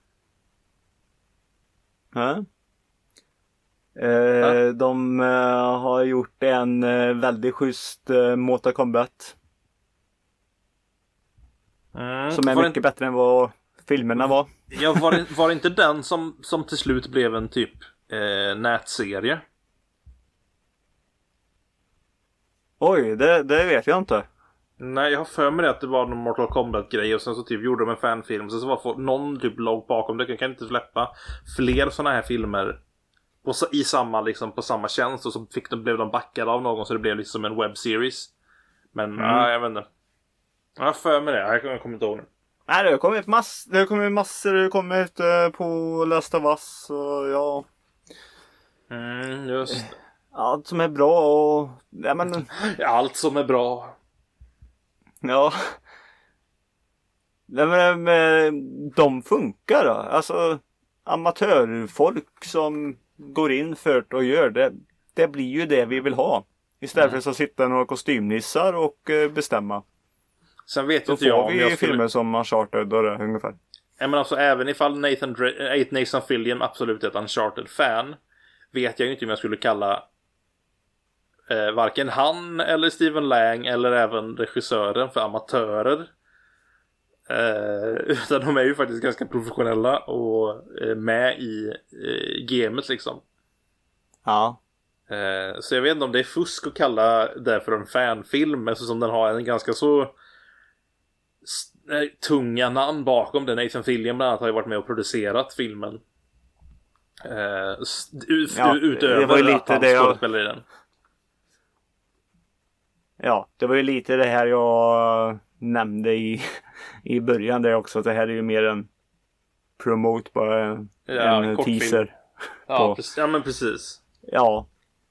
S1: Ja. Eh,
S2: Ja.
S1: De eh, har gjort en eh, väldigt schysst eh, Mortal Kombat.
S2: Mm.
S1: Som är
S2: var
S1: mycket
S2: det,
S1: bättre än vad filmerna var.
S2: ja, var, det, var det inte den som, som till slut blev en typ eh, nätserie?
S1: Oj, det, det vet jag inte.
S2: Nej, jag har för mig det att det var någon Mortal Kombat-grej och sen så typ gjorde de en fanfilm. Sen så var folk, någon typ låg bakom det. Jag kan inte släppa fler sådana här filmer på, i samma, liksom, på samma tjänst. Och så fick de, blev de backade av någon så det blev liksom en webbseries. Men,
S1: Mm.
S2: ja, jag vet inte. Jag har för mig det. Jag kommer jag kommer inte ihåg nu.
S1: Nej, det har kommit mass, det har kommit massor. Det har kommit eh, på Last of Us och ja,
S2: Mm, just det.
S1: allt som är bra och ja, men
S2: Allt som är bra.
S1: ja. Nej, men, men de funkar då. Alltså amatörfolk som går in för det och gör det. Det blir ju det vi vill ha. Istället
S2: Mm.
S1: för att sitta några kostymnissar och eh, bestämma.
S2: Sen vet ju
S1: Då
S2: inte jag
S1: får
S2: om
S1: vi
S2: jag
S1: ju
S2: skulle...
S1: filmer som Uncharted och det ungefär.
S2: Ja, men alltså även ifall Nathan, Dra- äh, Nathan Fillion absolut är ett Uncharted-fan, vet jag ju inte om jag skulle kalla eh, varken han eller Stephen Lang eller även regissören för amatörer. Eh, utan de är ju faktiskt ganska professionella och eh, med i eh, gamet liksom.
S1: Ja.
S2: Eh, så jag vet inte om det är fusk att kalla det för en fanfilm, eftersom den har en ganska så s- eh, tunga namn bakom den. Nathan Fillion bland annat har ju varit med och producerat filmen. Eh, s- ut,
S1: Ja,
S2: utöver
S1: det var ju lite
S2: att han
S1: det jag-
S2: skådespelar i den.
S1: Ja, det var ju lite det här jag nämnde i, i början där också. Att det här är ju mer en promote, bara en,
S2: Ja,
S1: en
S2: en kortfilm.
S1: teaser.
S2: Ja,
S1: på-
S2: precis, ja men precis.
S1: Ja,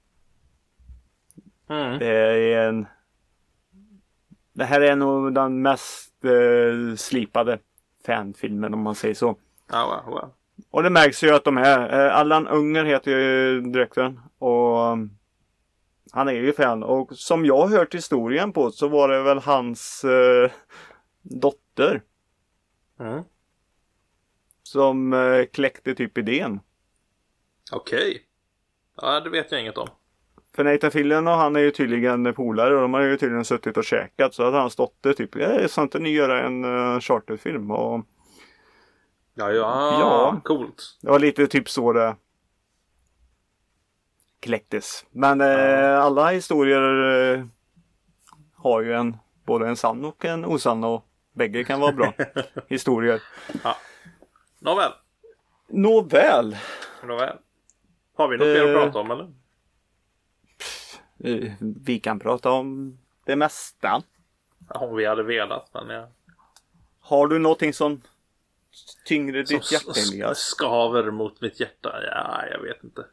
S2: Mm.
S1: det är en... Det här är nog den mest eh, slipade fanfilmen om man säger så.
S2: Ja, wow, wow.
S1: Och det märks ju att de är. Eh, Allan Unger heter ju direktorn. Och um, han är ju fan. Och som jag har hört historien på så var det väl hans eh, dotter
S2: Mm.
S1: som eh, kläckte typ idén.
S2: Okej. Ja, det vet jag inget om.
S1: För Nathan Fillion och han är ju tydligen polare och de har ju tydligen suttit och käkat. Så hade han stått där typ, jag ska inte ni göra en uh, charterfilm? Och
S2: Ja, ja,
S1: ja,
S2: coolt.
S1: Det var lite typ så det kläcktes. Men uh, ja. alla historier uh, har ju en både en sann och en osann och bägge kan vara bra historier.
S2: Ja. Nåväl.
S1: Nåväl.
S2: Nåväl. Har vi något mer uh, att prata om eller?
S1: Vi kan prata om det mesta.
S2: Om vi hade velat, men ja. Har
S1: du någonting som tyngre ditt som hjärta?
S2: Som skaver mot mitt hjärta? Ja, jag vet inte.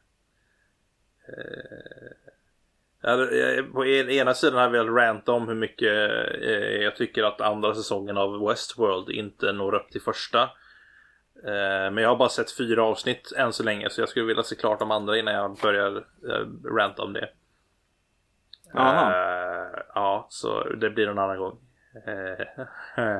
S2: Eh, på en, ena sidan har jag velat ranta om hur mycket eh, jag tycker att andra säsongen av Westworld inte når upp till första. Eh, men jag har bara sett fyra avsnitt än så länge, så jag skulle vilja se klart de andra innan jag börjar eh, ranta om det. Uh, ja, så det blir en annan gång. Uh,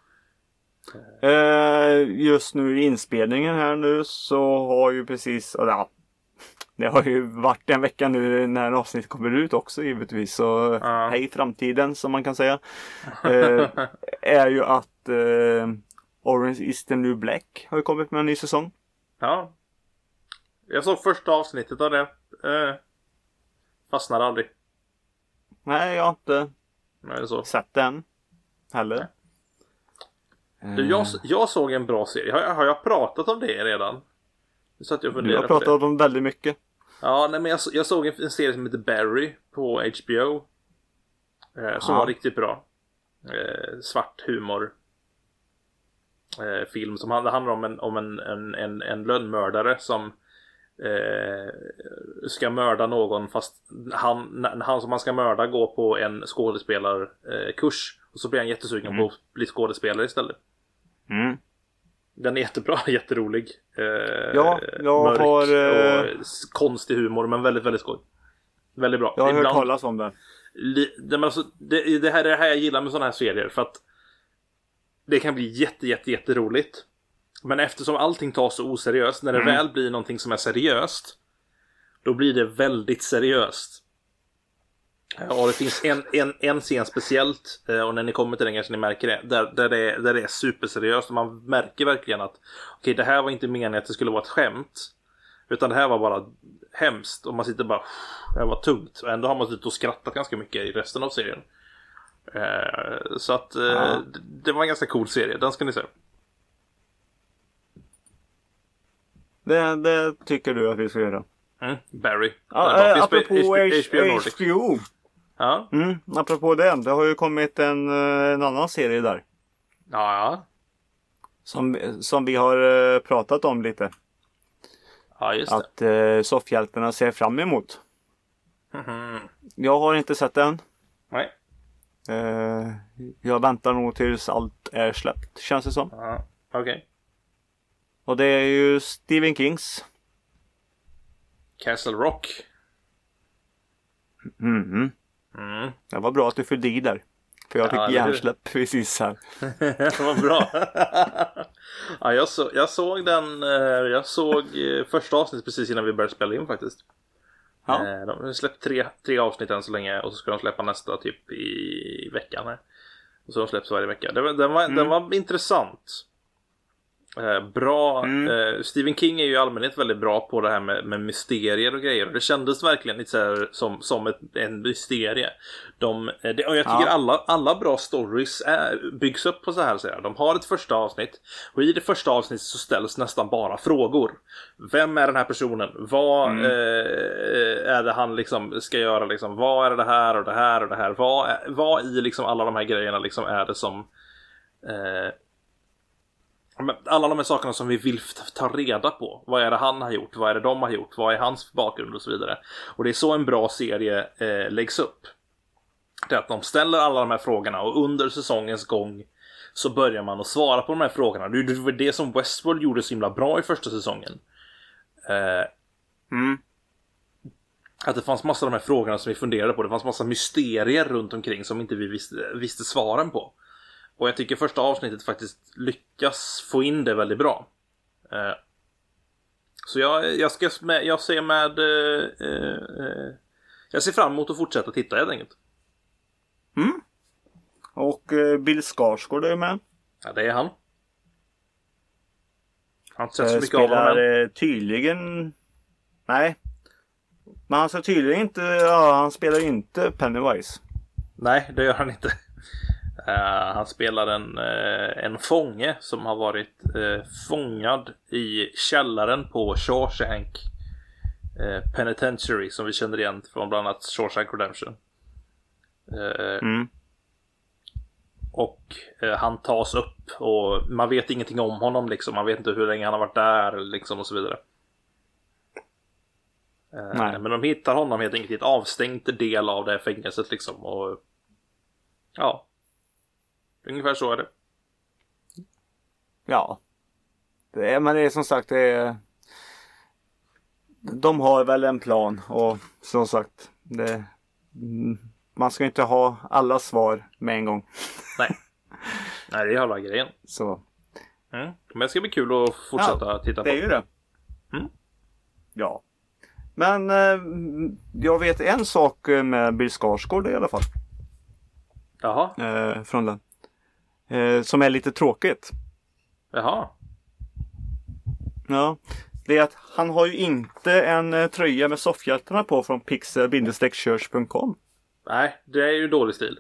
S1: uh, just nu i inspelningen här nu så har ju precis, ja, det har ju varit en vecka nu när avsnittet kommer ut också givetvis. Så uh. hej framtiden som man kan säga. Uh, är ju att uh, Orange is the New Black har ju kommit med en ny säsong.
S2: Ja. Jag såg första avsnittet av det. Uh, fastnade aldrig.
S1: Nej, jag har inte
S2: Nej, så.
S1: sett den heller.
S2: Du, jag, jag såg en bra serie. Har jag, har jag pratat om det redan? Så att jag
S1: du har pratat om väldigt mycket.
S2: Ja, nej, men jag, jag såg en, en serie som heter Barry på H B O. Eh, som ja. var riktigt bra. Eh, svart humor. Eh, film som handlar, handlar om, en, om en, en, en, en lönnmördare som Eh, ska mörda någon, fast han, han som man ska mörda går på en skådespelarkurs, och så blir han jättesugen mm. på att bli skådespelare istället.
S1: Mm.
S2: Den är jättebra, jätterolig. eh,
S1: Ja, jag
S2: mörk
S1: har
S2: och konstig humor, men väldigt, väldigt skoj. Väldigt bra.
S1: Jag har
S2: Ibland,
S1: hört talas om det.
S2: li, det, men alltså, det, det här är det här jag gillar med sådana här serier, för att det kan bli jätte, jätte, jätteroligt. Men eftersom allting tas så oseriöst, när det mm. väl blir någonting som är seriöst, då blir det väldigt seriöst. Och det finns en, en, en scen speciellt, och när ni kommer till den kanske ni märker det, där, där, det är, där det är superseriöst, och man märker verkligen att okej, okay, det här var inte meningen att det skulle vara ett skämt, utan det här var bara hemskt, och man sitter bara, det här var tungt, och ändå har man suttit och skrattat ganska mycket i resten av serien. Så att ja. det, det var en ganska cool serie, den ska ni se.
S1: Det, det tycker du att vi ska göra.
S2: Mm, Barry.
S1: Ja, äh, apropå H B O.
S2: H B O. Ja.
S1: Mm, apropå det, det har ju kommit en, en annan serie där.
S2: Ja.
S1: Som, som vi har pratat om lite.
S2: Ja, just
S1: att det. Att uh, soffhjältarna ser fram emot.
S2: Mm-hmm.
S1: Jag har inte sett den.
S2: Nej.
S1: Uh, jag väntar nog tills allt är släppt, känns det som.
S2: Ja, okej. Okay.
S1: Och det är ju Stephen Kings
S2: Castle Rock.
S1: Mm.
S2: Mm.
S1: Det var bra att du fyllde i där. För jag fick ja, hjärnsläpp precis här.
S2: Det var bra. Ja, jag, så, jag såg den. Jag såg första avsnittet precis innan vi började spela in faktiskt. Ja. De har släppt tre, tre avsnitt än så länge, och så ska de släppa nästa typ i veckan här. Och så de släpps varje vecka. Den, den, var, mm. den var intressant. Eh, bra. Mm. Eh, Stephen King är ju i allmänhet väldigt bra på det här med, med mysterier och grejer. Det kändes verkligen lite så här som, som ett, en mysterie. De, det, och jag tycker ja. alla, alla bra stories är, byggs upp på så här. Så här. De har ett första avsnitt, och i det första avsnittet så ställs nästan bara frågor. Vem är den här personen? Vad mm. eh, är det han liksom ska göra? Liksom? Vad är det här och det här och det här? Vad, är, vad i liksom alla de här grejerna liksom är det som... Eh, alla de här sakerna som vi vill ta reda på. Vad är det han har gjort? Vad är det de har gjort? Vad är hans bakgrund och så vidare. Och det är så en bra serie eh, läggs upp. Det är att de ställer alla de här frågorna, och under säsongens gång så börjar man att svara på de här frågorna. Det var det som Westworld gjorde så himla bra i första säsongen. Eh,
S1: mm.
S2: Att det fanns massa av de här frågorna som vi funderade på. Det fanns massa mysterier runt omkring som inte vi visste, visste svaren på. Och jag tycker första avsnittet faktiskt lyckas få in det väldigt bra. Eh, så jag, jag ska med, jag ser med... Eh, eh, jag ser fram emot att fortsätta titta helt enkelt.
S1: Mm. Och eh, Bill Skarsgård är med.
S2: Ja, det är han. Han har inte sett så
S1: Eh,
S2: mycket av honom
S1: spelar
S2: än.
S1: eh, tydligen... Nej. Men han ska tydligen inte... Ja, han spelar ju inte Pennywise.
S2: Nej, det gör han inte. Uh, han spelar en, uh, en fånge som har varit uh, fångad i källaren på Shawshank uh, Penitentiary, som vi känner igen från bland annat Shawshank Redemption. Uh,
S1: Mm.
S2: Och uh, han tas upp och man vet ingenting om honom liksom. Man vet inte hur länge han har varit där liksom, och så vidare. Uh,
S1: Nej.
S2: men de hittar honom helt enkelt i ett avstängt del av det här fängelset liksom. Och ja, ungefär så är det.
S1: Ja. Det är, men det är som sagt, det är... De har väl en plan och som sagt, det... mm, man ska inte ha alla svar med en gång.
S2: Nej, Nej det är halva grejen.
S1: Så.
S2: Mm. Men det ska bli kul att fortsätta
S1: Ja,
S2: titta på.
S1: det är ju det.
S2: Mm.
S1: Ja. Men eh, jag vet en sak med Bill Skarsgård i alla fall.
S2: Jaha,
S1: Eh, från den. Eh, som är lite tråkigt.
S2: jaha.
S1: Ja. Det är att han har ju inte en eh, tröja med soffhjältarna på från pixel church punkt com.
S2: Nej, det är ju dålig stil.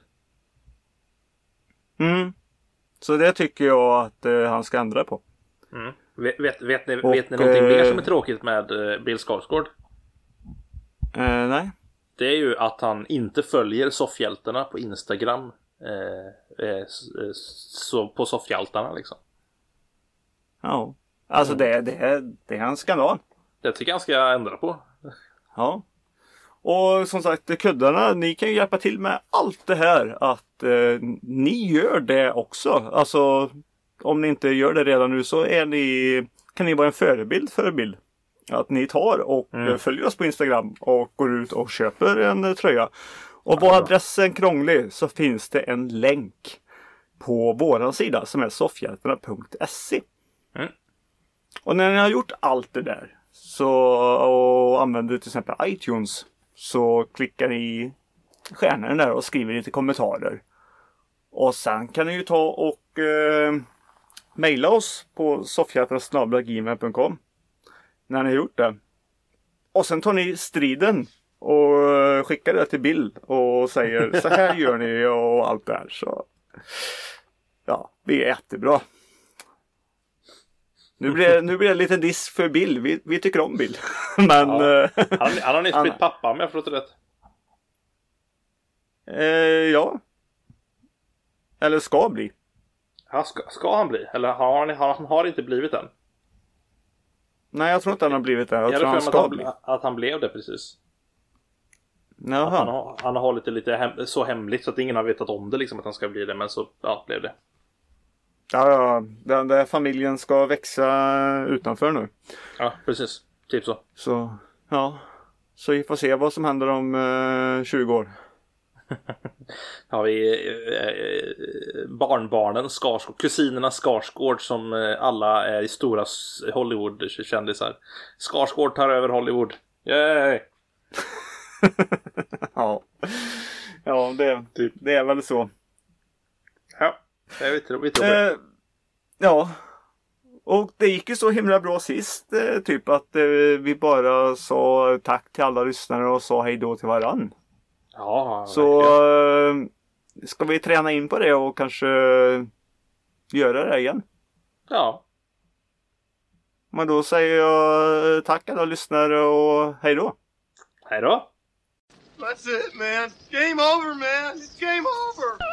S1: Mm. Så det tycker jag att eh, han ska ändra på.
S2: Mm. Vet, vet, vet, ni,
S1: Och,
S2: vet ni någonting
S1: eh,
S2: mer som är tråkigt med eh, Bill Skarsgård?
S1: Eh, nej.
S2: Det är ju att han inte följer soffhjältarna på Instagram. Eh, eh, så på soffhjältarna liksom.
S1: Ja. Alltså
S2: Mm.
S1: det, det, är, det är en skandal.
S2: Det tycker jag han ska ändra på.
S1: Ja. Och som sagt, kuddarna, ni kan ju hjälpa till med allt det här. Att eh, ni gör det också. Alltså, om ni inte gör det redan nu så är ni, kan ni vara en förebild för en bild. Att ni tar och
S2: Mm.
S1: eh, följer oss på Instagram och går ut och köper en eh, tröja. Och var adressen krånglig så finns det en länk på våran sida som är soffhjältarna punkt se.
S2: Mm.
S1: Och när ni har gjort allt det där så, och använder till exempel iTunes, så klickar ni stjärnan där och skriver lite kommentarer. Och sen kan ni ju ta och eh, mejla oss på soffhjältarna snabel-a gmail punkt com när ni har gjort det. Och sen tar ni striden och eh, skickar det till Bill och säger så här gör ni och allt det här. Så ja, vi är jättebra. Nu blir, nu blir det lite diss för Bill. Vi, vi tycker om Bill. Men...
S2: Ja.
S1: eh,
S2: Han, han har nyss
S1: Han-
S2: blivit pappa om jag förstått det rätt.
S1: eh, ja. Eller ska bli.
S2: Han ska, ska han bli? Eller har han, han har inte blivit än?
S1: Nej, jag tror inte han har blivit det. Jag,
S2: Jag
S1: tror
S2: hade
S1: han
S2: för
S1: ska
S2: mig
S1: bli.
S2: att, han- att han blev det precis. Att han,
S1: Jaha.
S2: har, han har hållit det lite hem, så hemligt så att ingen har vetat om det liksom, att han ska bli det. Men så ja, blev det.
S1: Ja, ja. Den där familjen ska växa utanför nu.
S2: Ja, precis. Typ så.
S1: Så, ja. Så vi får se vad som händer om eh, tjugo år.
S2: Har vi eh, barnbarnen Skarsgård, kusinerna Skarsgård som eh, alla är i stora s- Hollywood-kändisar. Skarsgård tar över Hollywood. Yay!
S1: Ja. Ja, det, det är väl så.
S2: Ja, jag vet inte. Vi tror det.
S1: Eh, ja. Och det gick ju så himla bra sist. Eh, typ att eh, vi bara sa tack till alla lyssnare och sa hej då till varann.
S2: Ja,
S1: Så
S2: verkligen.
S1: eh, ska vi träna in på det och kanske göra det igen.
S2: Ja.
S1: Men då säger jag tack alla lyssnare och hej då.
S2: Hej då!
S4: That's it, man. Game over, man. It's game over.